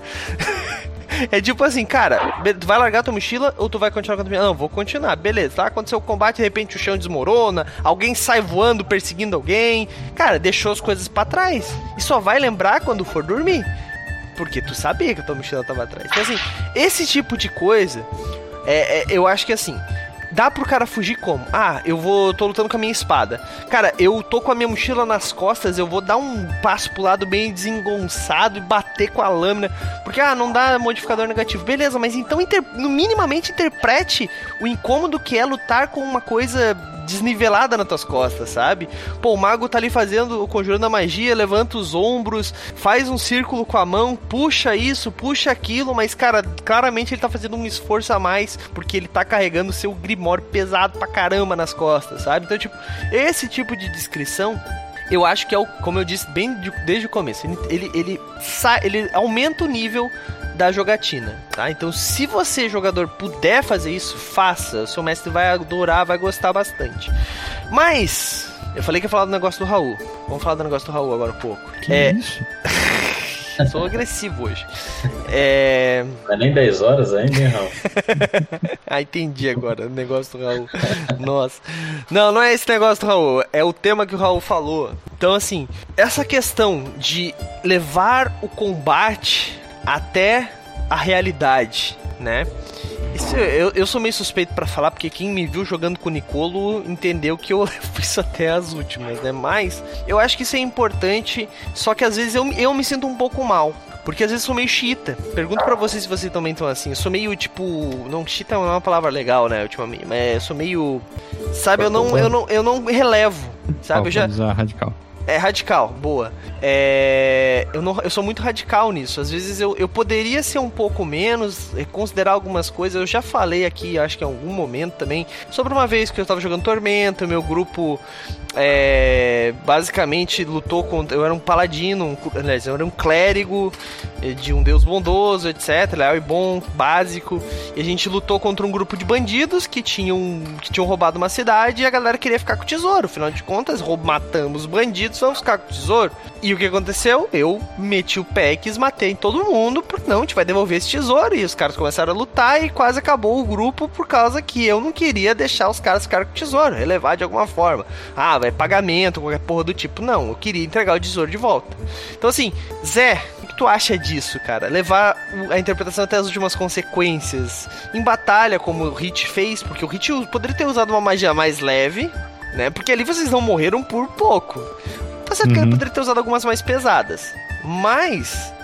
É tipo assim, cara, tu vai largar tua mochila ou tu vai continuar com a tua mochila? Não, vou continuar, beleza, tá? Aconteceu o combate, de repente o chão desmorona, alguém sai voando, perseguindo alguém. Cara, deixou as coisas pra trás. E só vai lembrar quando for dormir. Porque tu sabia que a tua mochila tava atrás. Então assim, esse tipo de coisa, eu acho que assim... Dá pro cara fugir como? Tô lutando com a minha espada. Cara, eu tô com a minha mochila nas costas, eu vou dar um passo pro lado bem desengonçado e bater com a lâmina. Porque, não dá modificador negativo. Beleza, mas então minimamente interprete o incômodo que é lutar com uma coisa desnivelada nas tuas costas, sabe? Pô, o mago tá ali conjurando a magia, levanta os ombros, faz um círculo com a mão, puxa isso, puxa aquilo, mas, cara, claramente ele tá fazendo um esforço a mais, porque ele tá carregando o seu grimório pesado pra caramba nas costas, sabe? Então, tipo, esse tipo de descrição, eu acho que é como eu disse bem desde o começo, ele aumenta o nível da jogatina, tá? Então, se você, jogador, puder fazer isso, faça. O seu mestre vai adorar, vai gostar bastante. Mas, eu falei que ia falar do negócio do Raul. Vamos falar do negócio do Raul agora um pouco. Isso? Sou agressivo hoje. Não é nem 10 horas ainda, hein, Raul? Entendi agora o negócio do Raul. Nossa. Não é esse negócio do Raul. É o tema que o Raul falou. Então, assim, essa questão de levar o combate até a realidade, né? Eu sou meio suspeito pra falar, porque quem me viu jogando com o Nicolo entendeu que eu levo isso até as últimas, né? Mas eu acho que isso é importante, só que às vezes eu me sinto um pouco mal. Porque às vezes eu sou meio chita. Pergunto pra vocês se vocês também estão assim. Eu sou meio, tipo... Não, chita não é uma palavra legal, né, ultimamente. Mas eu sou meio... Sabe, eu não relevo. Sabe, eu já... radical. É radical, boa. Eu sou muito radical nisso. Às vezes eu poderia ser um pouco menos, considerar algumas coisas. Eu já falei aqui, acho que em algum momento também, sobre uma vez que eu tava jogando Tormenta, meu grupo basicamente lutou contra... Eu era um paladino, aliás, eu era um clérigo de um deus bondoso, etc, leal e bom, básico, e a gente lutou contra um grupo de bandidos que tinham roubado uma cidade e a galera queria ficar com o tesouro. Afinal de contas, matamos os bandidos, vamos ficar com o tesouro. E o que aconteceu? Eu meti o pé e matei todo mundo, porque não, a gente vai devolver esse tesouro. E os caras começaram a lutar e quase acabou o grupo por causa que eu não queria deixar os caras ficarem com o tesouro, relevar de alguma forma. Vai pagamento, qualquer porra do tipo. Não, eu queria entregar o tesouro de volta. Então assim, Zé, o que tu acha disso, cara? Levar a interpretação até as últimas consequências em batalha, como o Hit fez, porque o Hit poderia ter usado uma magia mais leve, né? Porque ali vocês não morreram por pouco. Tá certo que ele poderia ter usado algumas mais pesadas. Mas...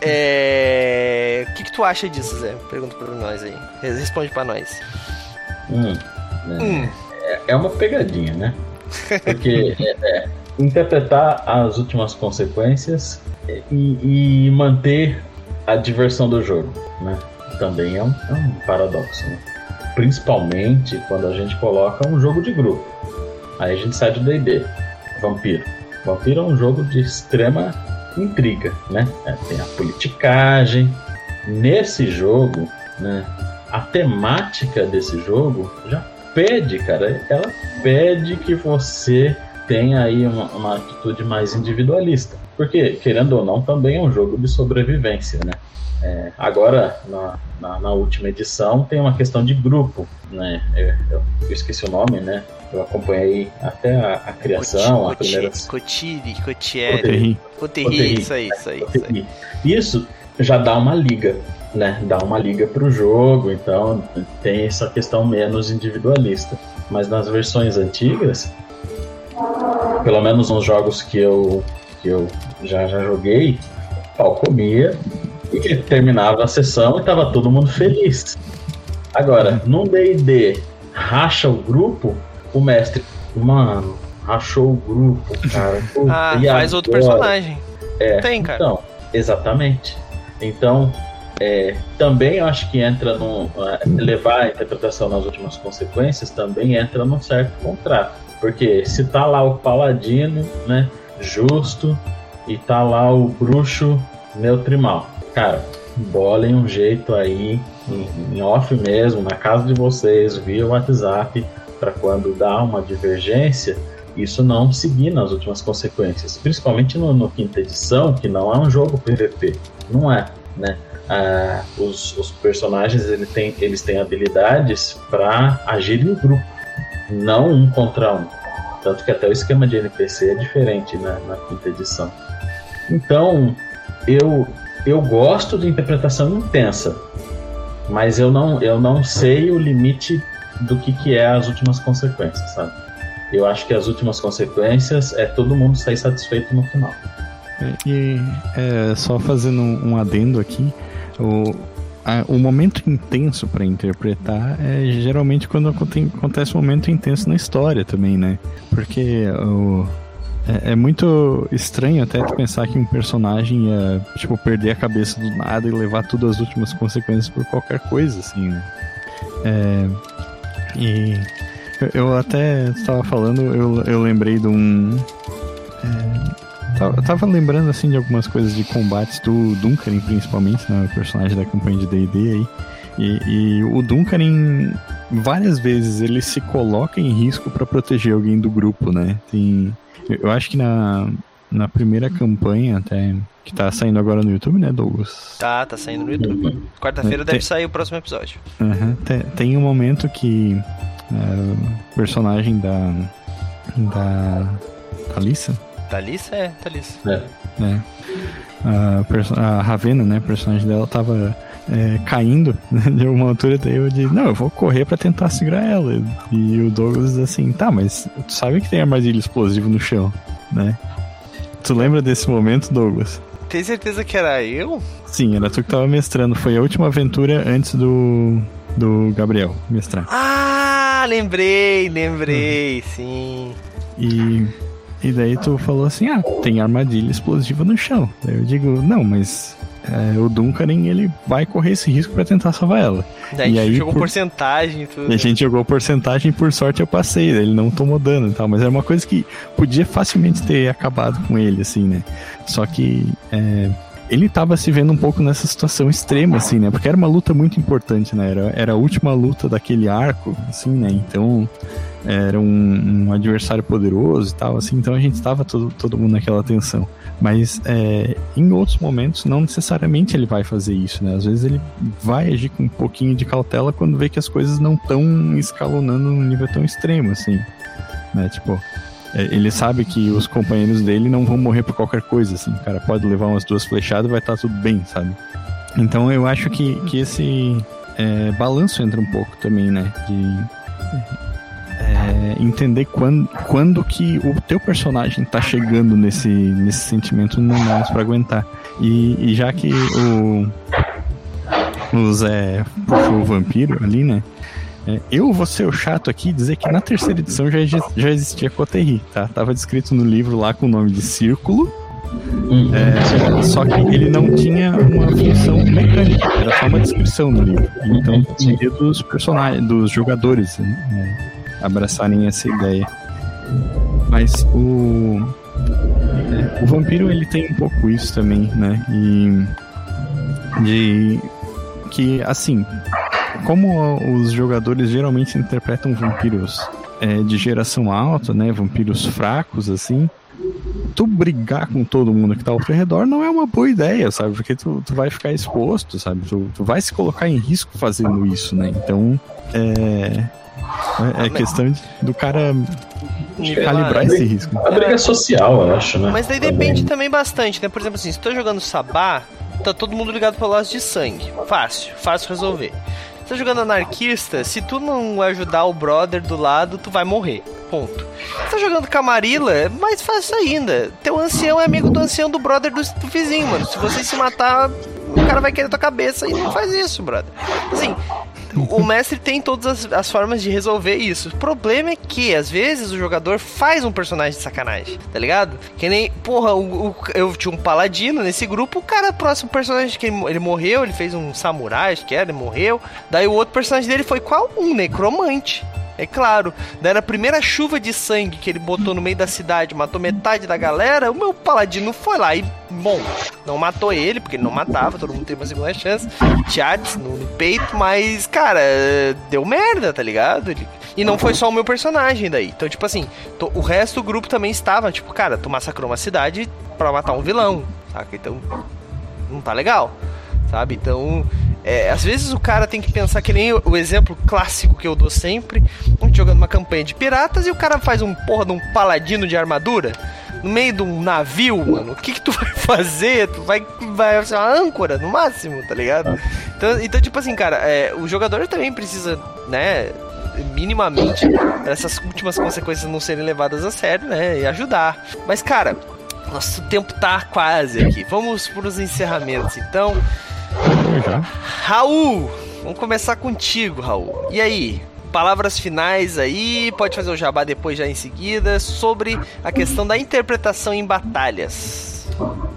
o que tu acha disso, Zé? Pergunta pra nós aí. Responde pra nós. É uma pegadinha, né? Porque interpretar as últimas consequências e manter a diversão do jogo, né? Também é um paradoxo, né? Principalmente quando a gente coloca um jogo de grupo. Aí a gente sai do D&D. Vampiro é um jogo de extrema intriga, né? Tem a politicagem. Nesse jogo, né? A temática desse jogo já pede, cara. Ela pede que você tenha aí uma atitude mais individualista. Porque, querendo ou não, também é um jogo de sobrevivência, né? Agora, na última edição, tem uma questão de grupo, né? Eu esqueci o nome, né? Eu acompanhei até a criação, a primeira... Coterri, isso aí. Isso já dá uma liga, né? Dá uma liga pro jogo, então tem essa questão menos individualista. Mas nas versões antigas, pelo menos nos jogos que eu já joguei, pau comia e terminava a sessão e tava todo mundo feliz. Agora, num D&D, racha o grupo, o mestre, mano, rachou o grupo, cara. Faz outro personagem. Tem, cara. Então, exatamente. Então, também eu acho que entra levar a interpretação nas últimas consequências, também entra num certo contrato. Porque se tá lá o paladino, né, justo, e tá lá o bruxo neutrimal, cara, bolem um jeito aí, em off mesmo, na casa de vocês, via WhatsApp, para quando dá uma divergência, isso não seguir nas últimas consequências. Principalmente no quinta edição, que não é um jogo PVP. Não é, né? Os personagens eles têm habilidades para agir em grupo, não um contra um. Tanto que até o esquema de NPC é diferente na quinta edição. Então, eu gosto de interpretação intensa, mas eu não sei o limite do que é as últimas consequências, sabe? Eu acho que as últimas consequências é todo mundo sair satisfeito no final. E só fazendo um adendo aqui, o momento intenso para interpretar é geralmente quando acontece um momento intenso na história também, né? Porque é muito estranho até tu pensar que um personagem ia, tipo, perder a cabeça do nada e levar tudo às últimas consequências por qualquer coisa, assim, né? E eu até estava falando, eu lembrei de um... Eu tava lembrando, assim, de algumas coisas de combates do Duncarin, principalmente, né, o personagem da campanha de D&D aí. E o Duncarin, várias vezes, ele se coloca em risco para proteger alguém do grupo, né? Eu acho que na primeira campanha, até, que tá saindo agora no YouTube, né, Douglas? Tá saindo no YouTube. Quarta-feira deve sair o próximo episódio. Tem um momento que o personagem da Thalissa? Thalissa? Thalissa. A Ravena, né, a personagem dela tava caindo, né, de uma altura, daí eu disse, não, eu vou correr pra tentar segurar ela. E o Douglas diz assim, tá, mas tu sabe que tem armadilha explosiva no chão, né? Tu lembra desse momento, Douglas? Tem certeza que era eu? Sim, era tu que tava mestrando, foi a última aventura antes do Gabriel mestrar. Lembrei, sim. E daí tu falou assim, tem armadilha explosiva no chão. Daí eu digo, não, mas o Duncarin, ele vai correr esse risco pra tentar salvar ela. Daí a gente jogou porcentagem e tudo. E a gente jogou porcentagem, por sorte eu passei, ele não tomou dano e tal, mas era uma coisa que podia facilmente ter acabado com ele, assim, né? Só que ele tava se vendo um pouco nessa situação extrema, assim, né? Porque era uma luta muito importante, né? Era a última luta daquele arco, assim, né? Então era um adversário poderoso e tal, assim, então a gente tava todo mundo naquela tensão. Mas em outros momentos não necessariamente ele vai fazer isso, né? Às vezes ele vai agir com um pouquinho de cautela quando vê que as coisas não estão escalonando num nível tão extremo, assim, né? Tipo, ele sabe que os companheiros dele não vão morrer por qualquer coisa, assim. O cara pode levar umas 2 flechadas e vai estar tudo bem, sabe? Então eu acho que esse balanço entra um pouco também, né? De entender quando que o teu personagem tá chegando nesse sentimento não dá mais pra aguentar. E já que o Zé puxou o vampiro ali, né? Eu vou ser o chato aqui e dizer que na 3ª edição já existia Coterri, tá? Tava descrito no livro lá com o nome de Círculo. Só que ele não tinha uma função mecânica, era só uma descrição no livro. Então dependia dos personagens, dos jogadores, né, abraçarem essa ideia. Mas o vampiro, ele tem um pouco isso também, né? E que, assim, como os jogadores geralmente interpretam vampiros de geração alta, né? Vampiros fracos, assim, tu brigar com todo mundo que tá ao teu redor não é uma boa ideia, sabe? Porque tu vai ficar exposto, sabe? Tu vai se colocar em risco fazendo isso, né? Então, é questão do cara calibrar esse risco. A briga social, eu acho, né? Mas daí depende também bastante, né? Por exemplo, assim, se tu tá jogando Sabá, tá todo mundo ligado pro laço de sangue. Fácil resolver. Se tá jogando anarquista, se tu não ajudar o brother do lado, tu vai morrer. Ponto. Se tá jogando Camarilla, é mais fácil ainda. Teu ancião é amigo do ancião do brother do vizinho, mano. Se você se matar, o cara vai querer tua cabeça e não faz isso, brother. Assim, o mestre tem todas as formas de resolver isso. O problema é que, às vezes, o jogador faz um personagem de sacanagem, tá ligado? Que nem, porra, eu tinha um paladino nesse grupo, o cara, próximo personagem que ele morreu, ele fez um samurai, acho que era, ele morreu. Daí o outro personagem dele foi qual? Um necromante. É claro, daí na primeira chuva de sangue que ele botou no meio da cidade, matou metade da galera, o meu paladino foi lá e, bom, não matou ele, porque ele não matava, todo mundo tem uma segunda chance, Tiates no peito, mas, cara, deu merda, tá ligado? E não foi só o meu personagem daí, então, tipo assim, o resto do grupo também estava, tipo, cara, tu massacrou uma cidade pra matar um vilão, saca? Então, não tá legal, sabe? Então... às vezes o cara tem que pensar que nem o exemplo clássico que eu dou sempre, a gente jogando uma campanha de piratas e o cara faz um paladino de armadura no meio de um navio, mano. O que tu vai fazer? Tu vai ser uma âncora no máximo, tá ligado? Então tipo assim, cara, o jogador também precisa, né, minimamente, essas últimas consequências não serem levadas a sério, né, e ajudar. Mas, cara, nosso tempo tá quase aqui. Vamos pros encerramentos, então. Raul, vamos começar contigo, Raul. E aí, palavras finais aí, pode fazer o jabá depois já em seguida, sobre a questão da interpretação em batalhas.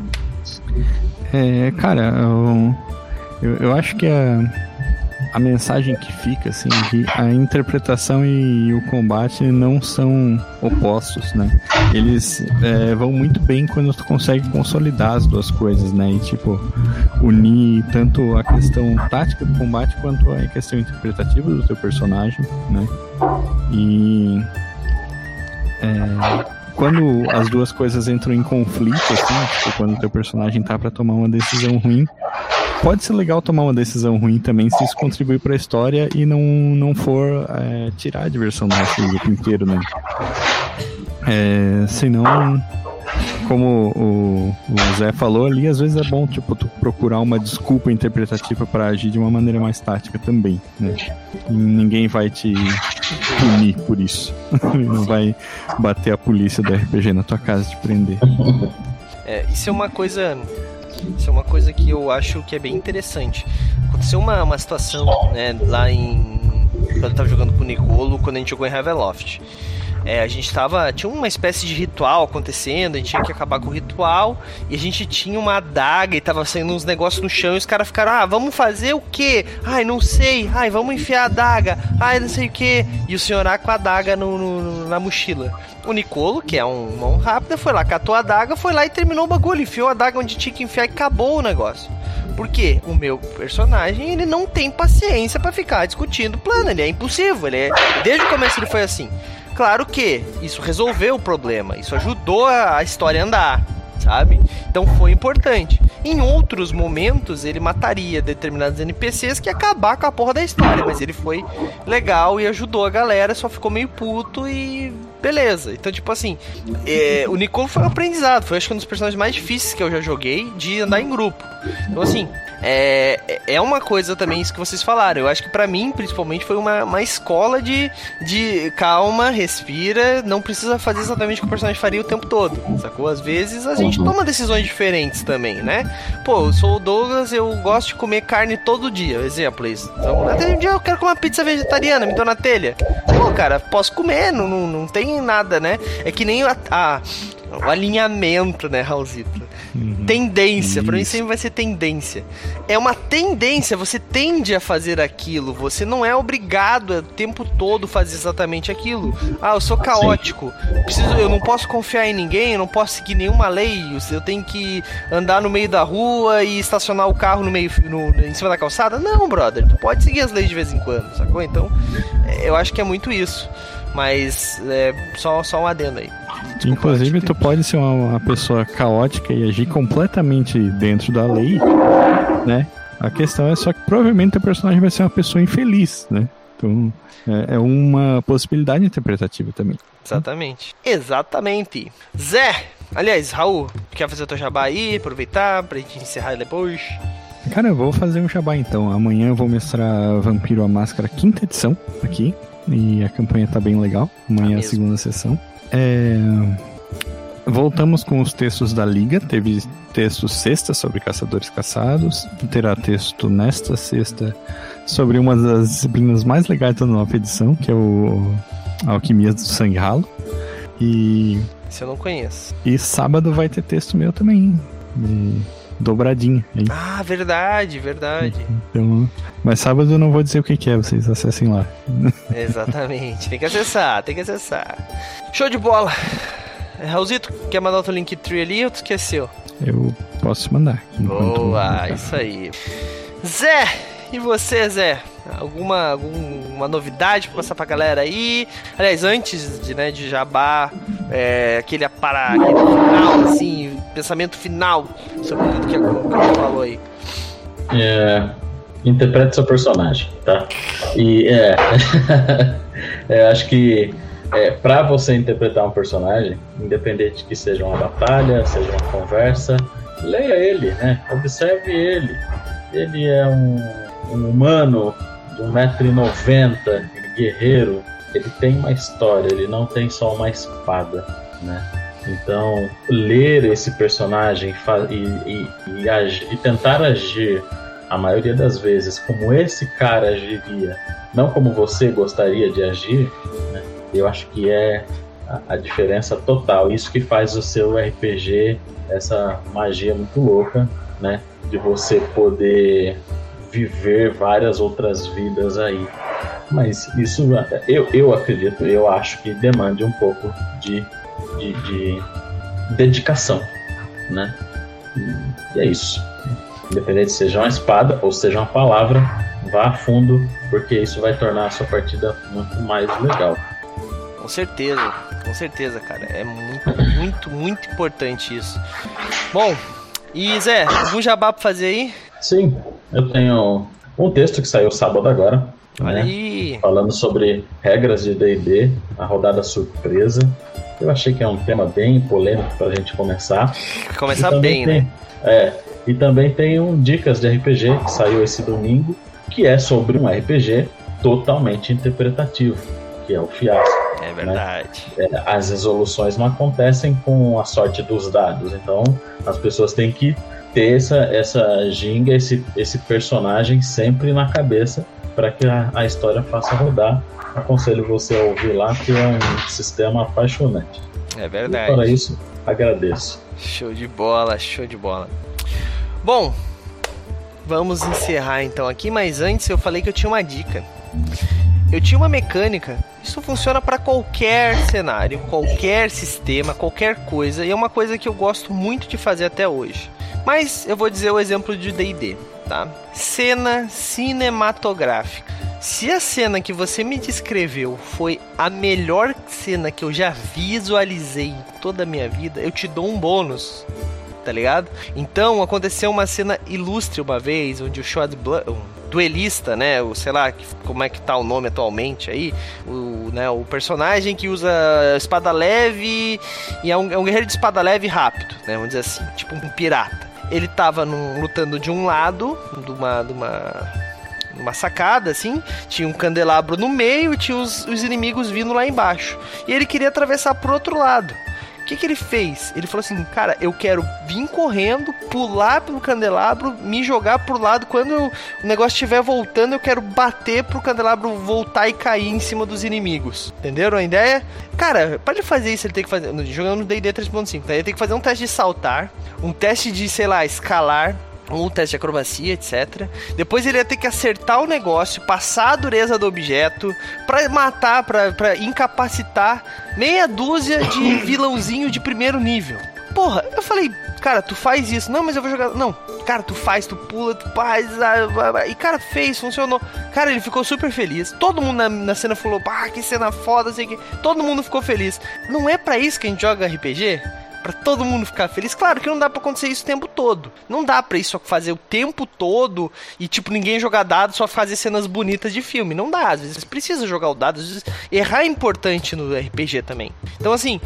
Cara, eu acho que a mensagem que fica, assim, que a interpretação e o combate não são opostos, né? Eles vão muito bem quando tu consegue consolidar as duas coisas, né? E, tipo, unir tanto a questão tática do combate quanto a questão interpretativa do teu personagem, né? E quando as duas coisas entram em conflito, assim, tipo, quando o teu personagem tá pra tomar uma decisão ruim, pode ser legal tomar uma decisão ruim também se isso contribuir pra história e não for tirar a diversão do resto do grupo inteiro, né? Senão, como o Zé falou ali, às vezes é bom, tipo, tu procurar uma desculpa interpretativa pra agir de uma maneira mais tática também, né? E ninguém vai te punir por isso. Não vai bater a polícia do RPG na tua casa e te prender. Isso é uma coisa que eu acho que é bem interessante. Aconteceu uma situação, né, lá quando eu tava jogando com o Nicolo, quando a gente jogou em Ravenloft. a gente tinha uma espécie de ritual acontecendo, a gente tinha que acabar com o ritual, e a gente tinha uma adaga e tava saindo uns negócios no chão, e os caras ficaram, vamos fazer o quê? Ai, não sei, vamos enfiar a adaga, não sei o quê. E o senhor com a adaga na mochila. O Nicolo, que é um mão rápida, foi lá, catou a adaga, foi lá e terminou o bagulho, enfiou a adaga onde tinha que enfiar e acabou o negócio. Por quê? O meu personagem, ele não tem paciência pra ficar discutindo o plano, ele é impulsivo, desde o começo ele foi assim. Claro que isso resolveu o problema, isso ajudou a história a andar, sabe? Então foi importante. Em outros momentos, ele mataria determinados NPCs que ia acabar com a porra da história, mas ele foi legal e ajudou a galera, só ficou meio puto e beleza. Então, tipo assim, o Nicolo foi um aprendizado, foi acho que um dos personagens mais difíceis que eu já joguei de andar em grupo. Então, assim, é uma coisa também isso que vocês falaram. Eu acho que pra mim, principalmente, foi uma escola de calma, respira, não precisa fazer exatamente o que o personagem faria o tempo todo, sacou? Às vezes a gente toma decisões diferentes também, né? Pô, eu sou o Douglas, eu gosto de comer carne todo dia, exemplo isso. Então, até um dia eu quero comer uma pizza vegetariana, me dou na telha. Pô, cara, posso comer, não tem nada, né? É que nem o alinhamento, né, Raulzito? Tendência, pra mim sempre vai ser tendência. É uma tendência, você tende a fazer aquilo, você não é obrigado o tempo todo fazer exatamente aquilo. Eu sou caótico, eu não posso confiar em ninguém, eu não posso seguir nenhuma lei, eu tenho que andar no meio da rua e estacionar o carro em cima da calçada. Não, brother, tu pode seguir as leis de vez em quando, sacou? Então, eu acho que é muito isso. Mas, só um adendo aí. Desculpa, inclusive, tu pode ser uma pessoa caótica e agir completamente dentro da lei, né? A questão é só que provavelmente teu personagem vai ser uma pessoa infeliz, né? Então, é uma possibilidade interpretativa também. Exatamente. Zé! Aliás, Raul, quer fazer o teu jabá aí, aproveitar pra gente encerrar depois? Cara, eu vou fazer um jabá então. Amanhã eu vou mestrar Vampiro a Máscara 5ª edição aqui. E a campanha tá bem legal. Amanhã é a segunda sessão. Voltamos com os textos da Liga. Teve texto sexta sobre Caçadores Caçados. Terá texto nesta sexta sobre uma das disciplinas mais legais da nova edição, que é o Alquimias do Sangue Ralo. Esse eu não conheço. E sábado vai ter texto meu também. Dobradinha. Hein? Verdade. Então, mas sábado eu não vou dizer o que é, vocês acessem lá. Exatamente, tem que acessar. Show de bola. Raulzito, quer mandar outro Linktree ali ou tu esqueceu? Eu posso mandar. Boa, isso aí. Zé, e você, Zé? Alguma novidade pra passar pra galera aí? Aliás, antes de jabá, aquele final, assim, pensamento final sobre tudo que a gente falou aí. Interprete seu personagem, tá? E acho que pra você interpretar um personagem, independente que seja uma batalha, seja uma conversa, leia ele, né? Observe ele. Ele é um humano de 1,90 m, guerreiro. Ele tem uma história, ele não tem só uma espada, né? Então, ler esse personagem e tentar agir a maioria das vezes como esse cara agiria, não como você gostaria de agir, né? Eu acho que é a diferença total. Isso que faz o seu RPG, essa magia muito louca, né? De você poder viver várias outras vidas aí. Mas isso, eu acredito, eu acho que demande um pouco de dedicação, né? E é isso. Independente se seja uma espada ou seja uma palavra, vá a fundo, porque isso vai tornar a sua partida muito mais legal. Com certeza, cara. É muito importante isso. Bom, e Zé, algum jabá pra fazer aí? Sim, eu tenho um texto que saiu sábado agora, Olha né? aí. Falando sobre regras de D&D, a rodada surpresa. Eu achei que é um tema bem polêmico pra gente começar. Começar bem, né? E também tem um Dicas de RPG que saiu esse domingo, que é sobre um RPG totalmente interpretativo, que é o Fiasco. É verdade. Né? As resoluções não acontecem com a sorte dos dados, então as pessoas têm que ter essa ginga, esse personagem sempre na cabeça para que a história faça rodar. Aconselho você a ouvir lá, que é um sistema apaixonante. É verdade. E para isso, agradeço. Show de bola, show de bola. Bom, vamos encerrar então aqui, mas antes eu falei que eu tinha uma dica. Eu tinha uma mecânica, isso funciona para qualquer cenário, qualquer sistema, qualquer coisa, e é uma coisa que eu gosto muito de fazer até hoje. Mas eu vou dizer o exemplo de D&D, tá? Cena cinematográfica. Se a cena que você me descreveu foi a melhor cena que eu já visualizei em toda a minha vida, eu te dou um bônus, tá ligado? Então, aconteceu uma cena ilustre uma vez, onde o duelista, né, sei lá, como é que tá o nome atualmente aí, o personagem que usa espada leve e é um guerreiro de espada leve rápido, né, vamos dizer assim, tipo um pirata. Ele tava lutando de um lado, de uma sacada, assim, tinha um candelabro no meio e tinha os inimigos vindo lá embaixo. E ele queria atravessar pro outro lado. O que ele fez? Ele falou assim, cara, eu quero vir correndo, pular pelo candelabro, me jogar pro lado, quando o negócio estiver voltando, eu quero bater pro candelabro voltar e cair em cima dos inimigos. Entenderam a ideia? Cara, pra ele fazer isso, ele tem que fazer, jogando no D&D 3.5, tá? Ele tem que fazer um teste de saltar, um teste de, sei lá, escalar, um teste de acrobacia, etc. Depois ele ia ter que acertar o negócio, passar a dureza do objeto, pra matar, pra incapacitar meia dúzia de vilãozinho de primeiro nível. Porra, eu falei, cara, tu faz isso. Não, mas eu vou jogar... Não, cara, tu faz, tu pula, tu faz... E cara, fez, funcionou. Cara, ele ficou super feliz. Todo mundo na cena falou, que cena foda, sei que... Todo mundo ficou feliz. Não é pra isso que a gente joga RPG? Pra todo mundo ficar feliz? Claro que não dá pra acontecer isso o tempo todo. Não dá pra isso fazer o tempo todo e, tipo, ninguém jogar dado, só fazer cenas bonitas de filme. Não dá, às vezes precisa jogar o dado, às vezes errar é importante no RPG também. Então, assim,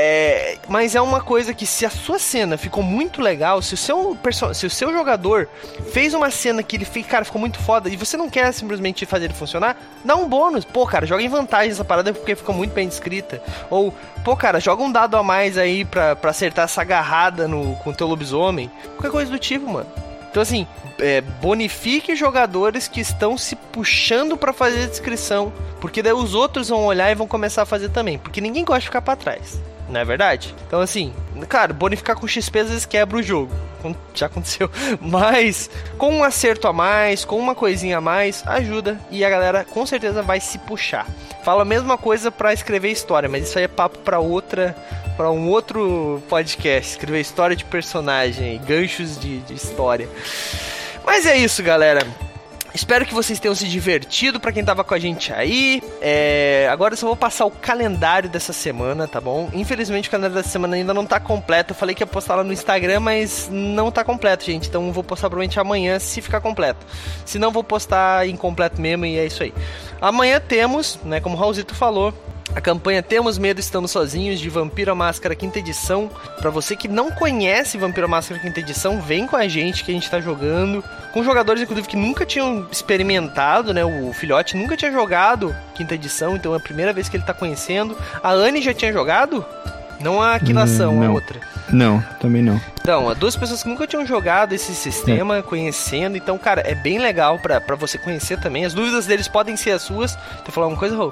mas é uma coisa que, se a sua cena ficou muito legal, se o seu jogador fez uma cena que ele fez, cara, ficou muito foda, e você não quer simplesmente fazer ele funcionar, dá um bônus. Pô, cara, joga em vantagem essa parada porque ficou muito bem descrita. Ou, pô, cara, joga um dado a mais aí pra acertar essa agarrada com o teu lobisomem. Qualquer coisa do tipo, mano. Então, assim, bonifique jogadores que estão se puxando pra fazer a descrição, porque daí os outros vão olhar e vão começar a fazer também, porque ninguém gosta de ficar pra trás. Não é verdade? Então, assim, cara, bonificar com XP às vezes quebra o jogo. Já aconteceu. Mas, com um acerto a mais, com uma coisinha a mais, ajuda. E a galera com certeza vai se puxar. Fala a mesma coisa pra escrever história, mas isso aí é papo pra um outro podcast. Escrever história de personagem, ganchos de história. Mas é isso, galera. Espero que vocês tenham se divertido, pra quem tava com a gente aí. Agora eu só vou passar o calendário dessa semana, tá bom? Infelizmente o calendário dessa semana ainda não tá completo. Eu falei que ia postar lá no Instagram, mas não tá completo, gente. Então eu vou postar provavelmente amanhã, se ficar completo. Se não, vou postar incompleto mesmo, e é isso aí. Amanhã temos, né, como o Raulzito falou, a campanha Temos Medo, Estamos Sozinhos, de Vampiro à Máscara, 5ª edição. Pra você que não conhece Vampiro à Máscara, 5ª edição, vem com a gente que a gente tá jogando. Com jogadores, inclusive, que nunca tinham experimentado, né? O Filhote nunca tinha jogado 5ª edição, então é a primeira vez que ele tá conhecendo. A Anne já tinha jogado? Não a Aquilação, a outra. Não, também não. Então, 2 pessoas que nunca tinham jogado esse sistema, conhecendo. Então, cara, é bem legal pra você conhecer também. As dúvidas deles podem ser as suas. Quer falar alguma coisa, Raul?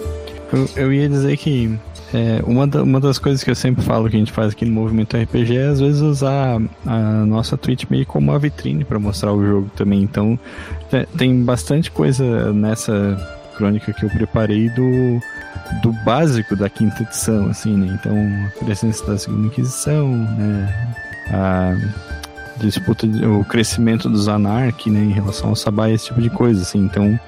Eu ia dizer que uma das coisas que eu sempre falo que a gente faz aqui no Movimento RPG é às vezes usar a nossa Twitch meio como uma vitrine para mostrar o jogo também. Então tem bastante coisa nessa crônica que eu preparei do básico da 5ª edição, assim, né? Então, a presença da 2ª Inquisição, né? A disputa, o crescimento dos Anark, né? Em relação ao Sabá, esse tipo de coisa, assim. Então,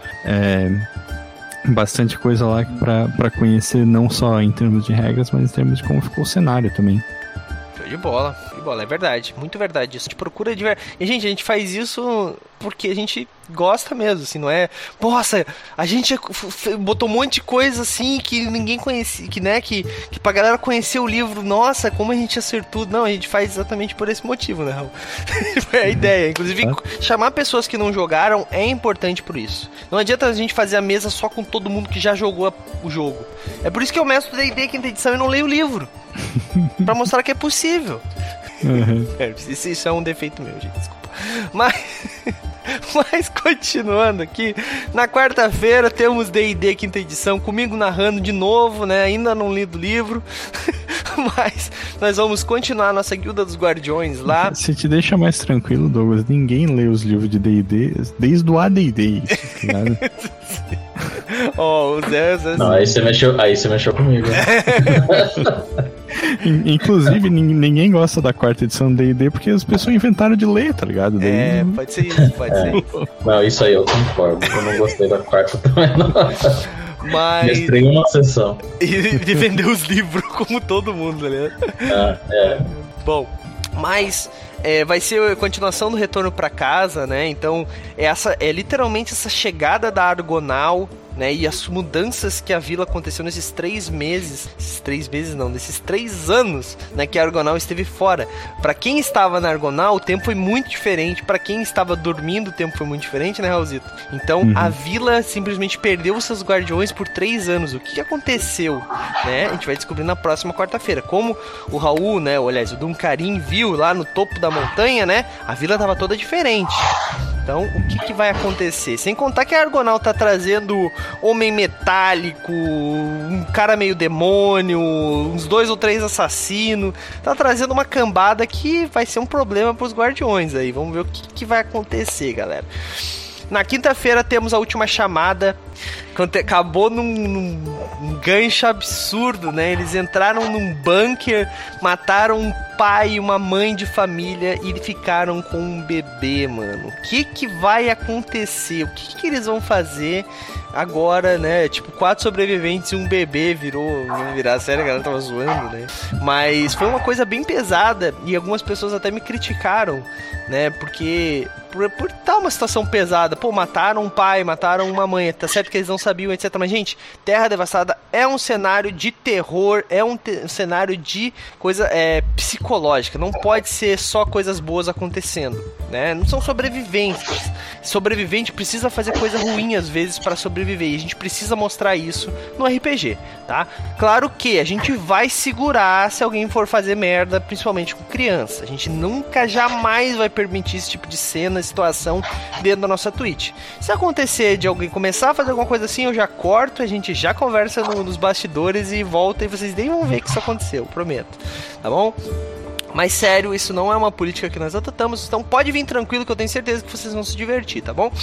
bastante coisa lá pra conhecer, não só em termos de regras, mas em termos de como ficou o cenário também. Show de bola, é verdade, muito verdade isso. A gente procura e, gente, a gente faz isso porque a gente gosta mesmo, assim, não é? Nossa, a gente botou um monte de coisa assim que ninguém conhecia, que pra galera conhecer o livro. Nossa, como a gente acertou. Não, a gente faz exatamente por esse motivo, né, Raul? Foi a ideia. Inclusive, chamar pessoas que não jogaram é importante por isso. Não adianta a gente fazer a mesa só com todo mundo que já jogou o jogo. É por isso que eu mestro D&D 5ª edição e não leio o livro. Pra mostrar que é possível. Uhum. Isso é um defeito meu, gente, desculpa. Mas Mas continuando aqui, na quarta-feira temos D&D quinta edição, comigo narrando de novo, né? Ainda não li do livro, mas nós vamos continuar a nossa Guilda dos Guardiões lá. Se te deixa mais tranquilo, Douglas, ninguém lê os livros de D&D desde o AD&D, tá ligado? Oh, o Zé... Não, aí você mexeu comigo. Inclusive, ninguém gosta da quarta edição do D&D porque as pessoas inventaram de ler, tá ligado? Daí... pode ser isso, pode ser isso. Não, isso aí eu concordo. Eu não gostei da quarta também, não. Mas... mestrei uma sessão. E vendeu os livros como todo mundo, né? Bom, mas... vai ser a continuação do Retorno pra Casa, né? Então, é literalmente essa chegada da Argonal, né? E as mudanças que a vila aconteceu nesses 3 meses. Nesses 3 anos, né? Que a Argonal esteve fora. Pra quem estava na Argonal, o tempo foi muito diferente. Pra quem estava dormindo, o tempo foi muito diferente, né, Raulzito? Então, a vila simplesmente perdeu os seus guardiões por 3 anos. O que aconteceu, né? A gente vai descobrir na próxima quarta-feira. Como o Raul, né? Ou, aliás, o Duncarim viu lá no topo da montanha, né? A vila tava toda diferente. Então, o que vai acontecer? Sem contar que a Argonal tá trazendo homem metálico, um cara meio demônio, uns 2 ou 3 assassinos. Tá trazendo uma cambada que vai ser um problema pros guardiões aí. Vamos ver o que vai acontecer, galera. Na quinta-feira temos a última chamada. Acabou num gancho absurdo, né? Eles entraram num bunker, mataram um pai e uma mãe de família e ficaram com um bebê, mano. O que vai acontecer? O que eles vão fazer agora, né? Tipo, 4 sobreviventes e um bebê virar sério, a galera tava zoando, né? Mas foi uma coisa bem pesada e algumas pessoas até me criticaram, né? Porque por tal uma situação pesada, pô, mataram um pai, mataram uma mãe, tá certo que eles não sabiam, etc. Mas, gente, Terra Devastada é um cenário de terror, é um cenário de coisa psicológica, não pode ser só coisas boas acontecendo, né? Não são sobreviventes. Sobrevivente precisa fazer coisa ruim às vezes para sobreviver, e a gente precisa mostrar isso no RPG, tá? Claro que a gente vai segurar se alguém for fazer merda, principalmente com criança. A gente nunca, jamais vai permitir esse tipo de cena, situação dentro da nossa Twitch. Se acontecer de alguém começar a fazer alguma coisa assim, eu já corto, a gente já conversa nos bastidores e volta, e vocês nem vão ver que isso aconteceu, prometo, tá bom? Mas sério, isso não é uma política que nós adotamos, então pode vir tranquilo que eu tenho certeza que vocês vão se divertir, tá bom?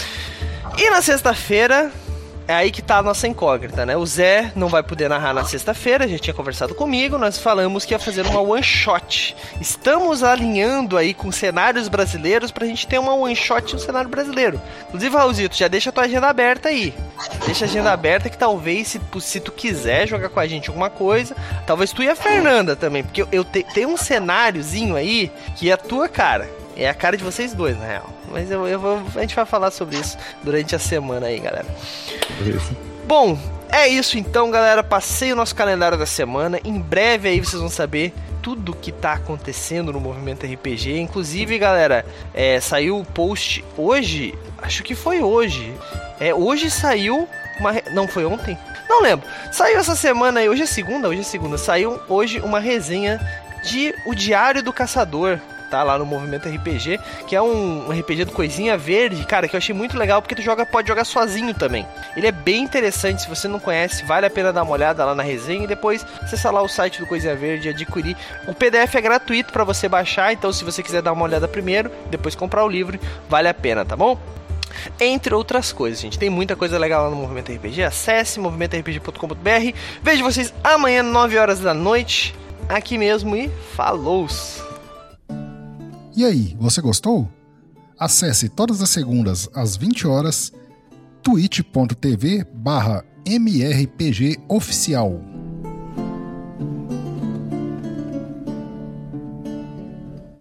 E na sexta-feira, é aí que tá a nossa incógnita, né? O Zé não vai poder narrar na sexta-feira, já tinha conversado comigo, nós falamos que ia fazer uma one shot. Estamos alinhando aí com cenários brasileiros pra gente ter uma one shot no cenário brasileiro. Inclusive, Raulzito, já deixa a tua agenda aberta aí. Deixa a agenda aberta que talvez, se tu quiser jogar com a gente alguma coisa, talvez tu e a Fernanda também, porque eu tenho um cenáriozinho aí que é a tua cara. É a cara de vocês dois, na real. Mas a gente vai falar sobre isso durante a semana aí, galera. Isso. Bom, é isso então, galera. Passei o nosso calendário da semana. Em breve aí vocês vão saber tudo que tá acontecendo no movimento RPG. Inclusive, galera, saiu o post hoje. Acho que foi hoje. Hoje saiu uma... Não, foi ontem? Não lembro. Saiu essa semana aí. Hoje é segunda. Saiu hoje uma resenha de O Diário do Caçador. Tá lá no Movimento RPG, que é um RPG do Coisinha Verde, cara, que eu achei muito legal, porque tu pode jogar sozinho também. Ele é bem interessante, se você não conhece, vale a pena dar uma olhada lá na resenha e depois acessar lá o site do Coisinha Verde e adquirir. O PDF é gratuito pra você baixar, então se você quiser dar uma olhada primeiro, depois comprar o livro, vale a pena, tá bom? Entre outras coisas, gente, tem muita coisa legal lá no Movimento RPG. Acesse movimentorpg.com.br. Vejo vocês amanhã 9 horas da noite aqui mesmo e falou! E aí, você gostou? Acesse todas as segundas às 20 horas twitch.tv/mrpgoficial.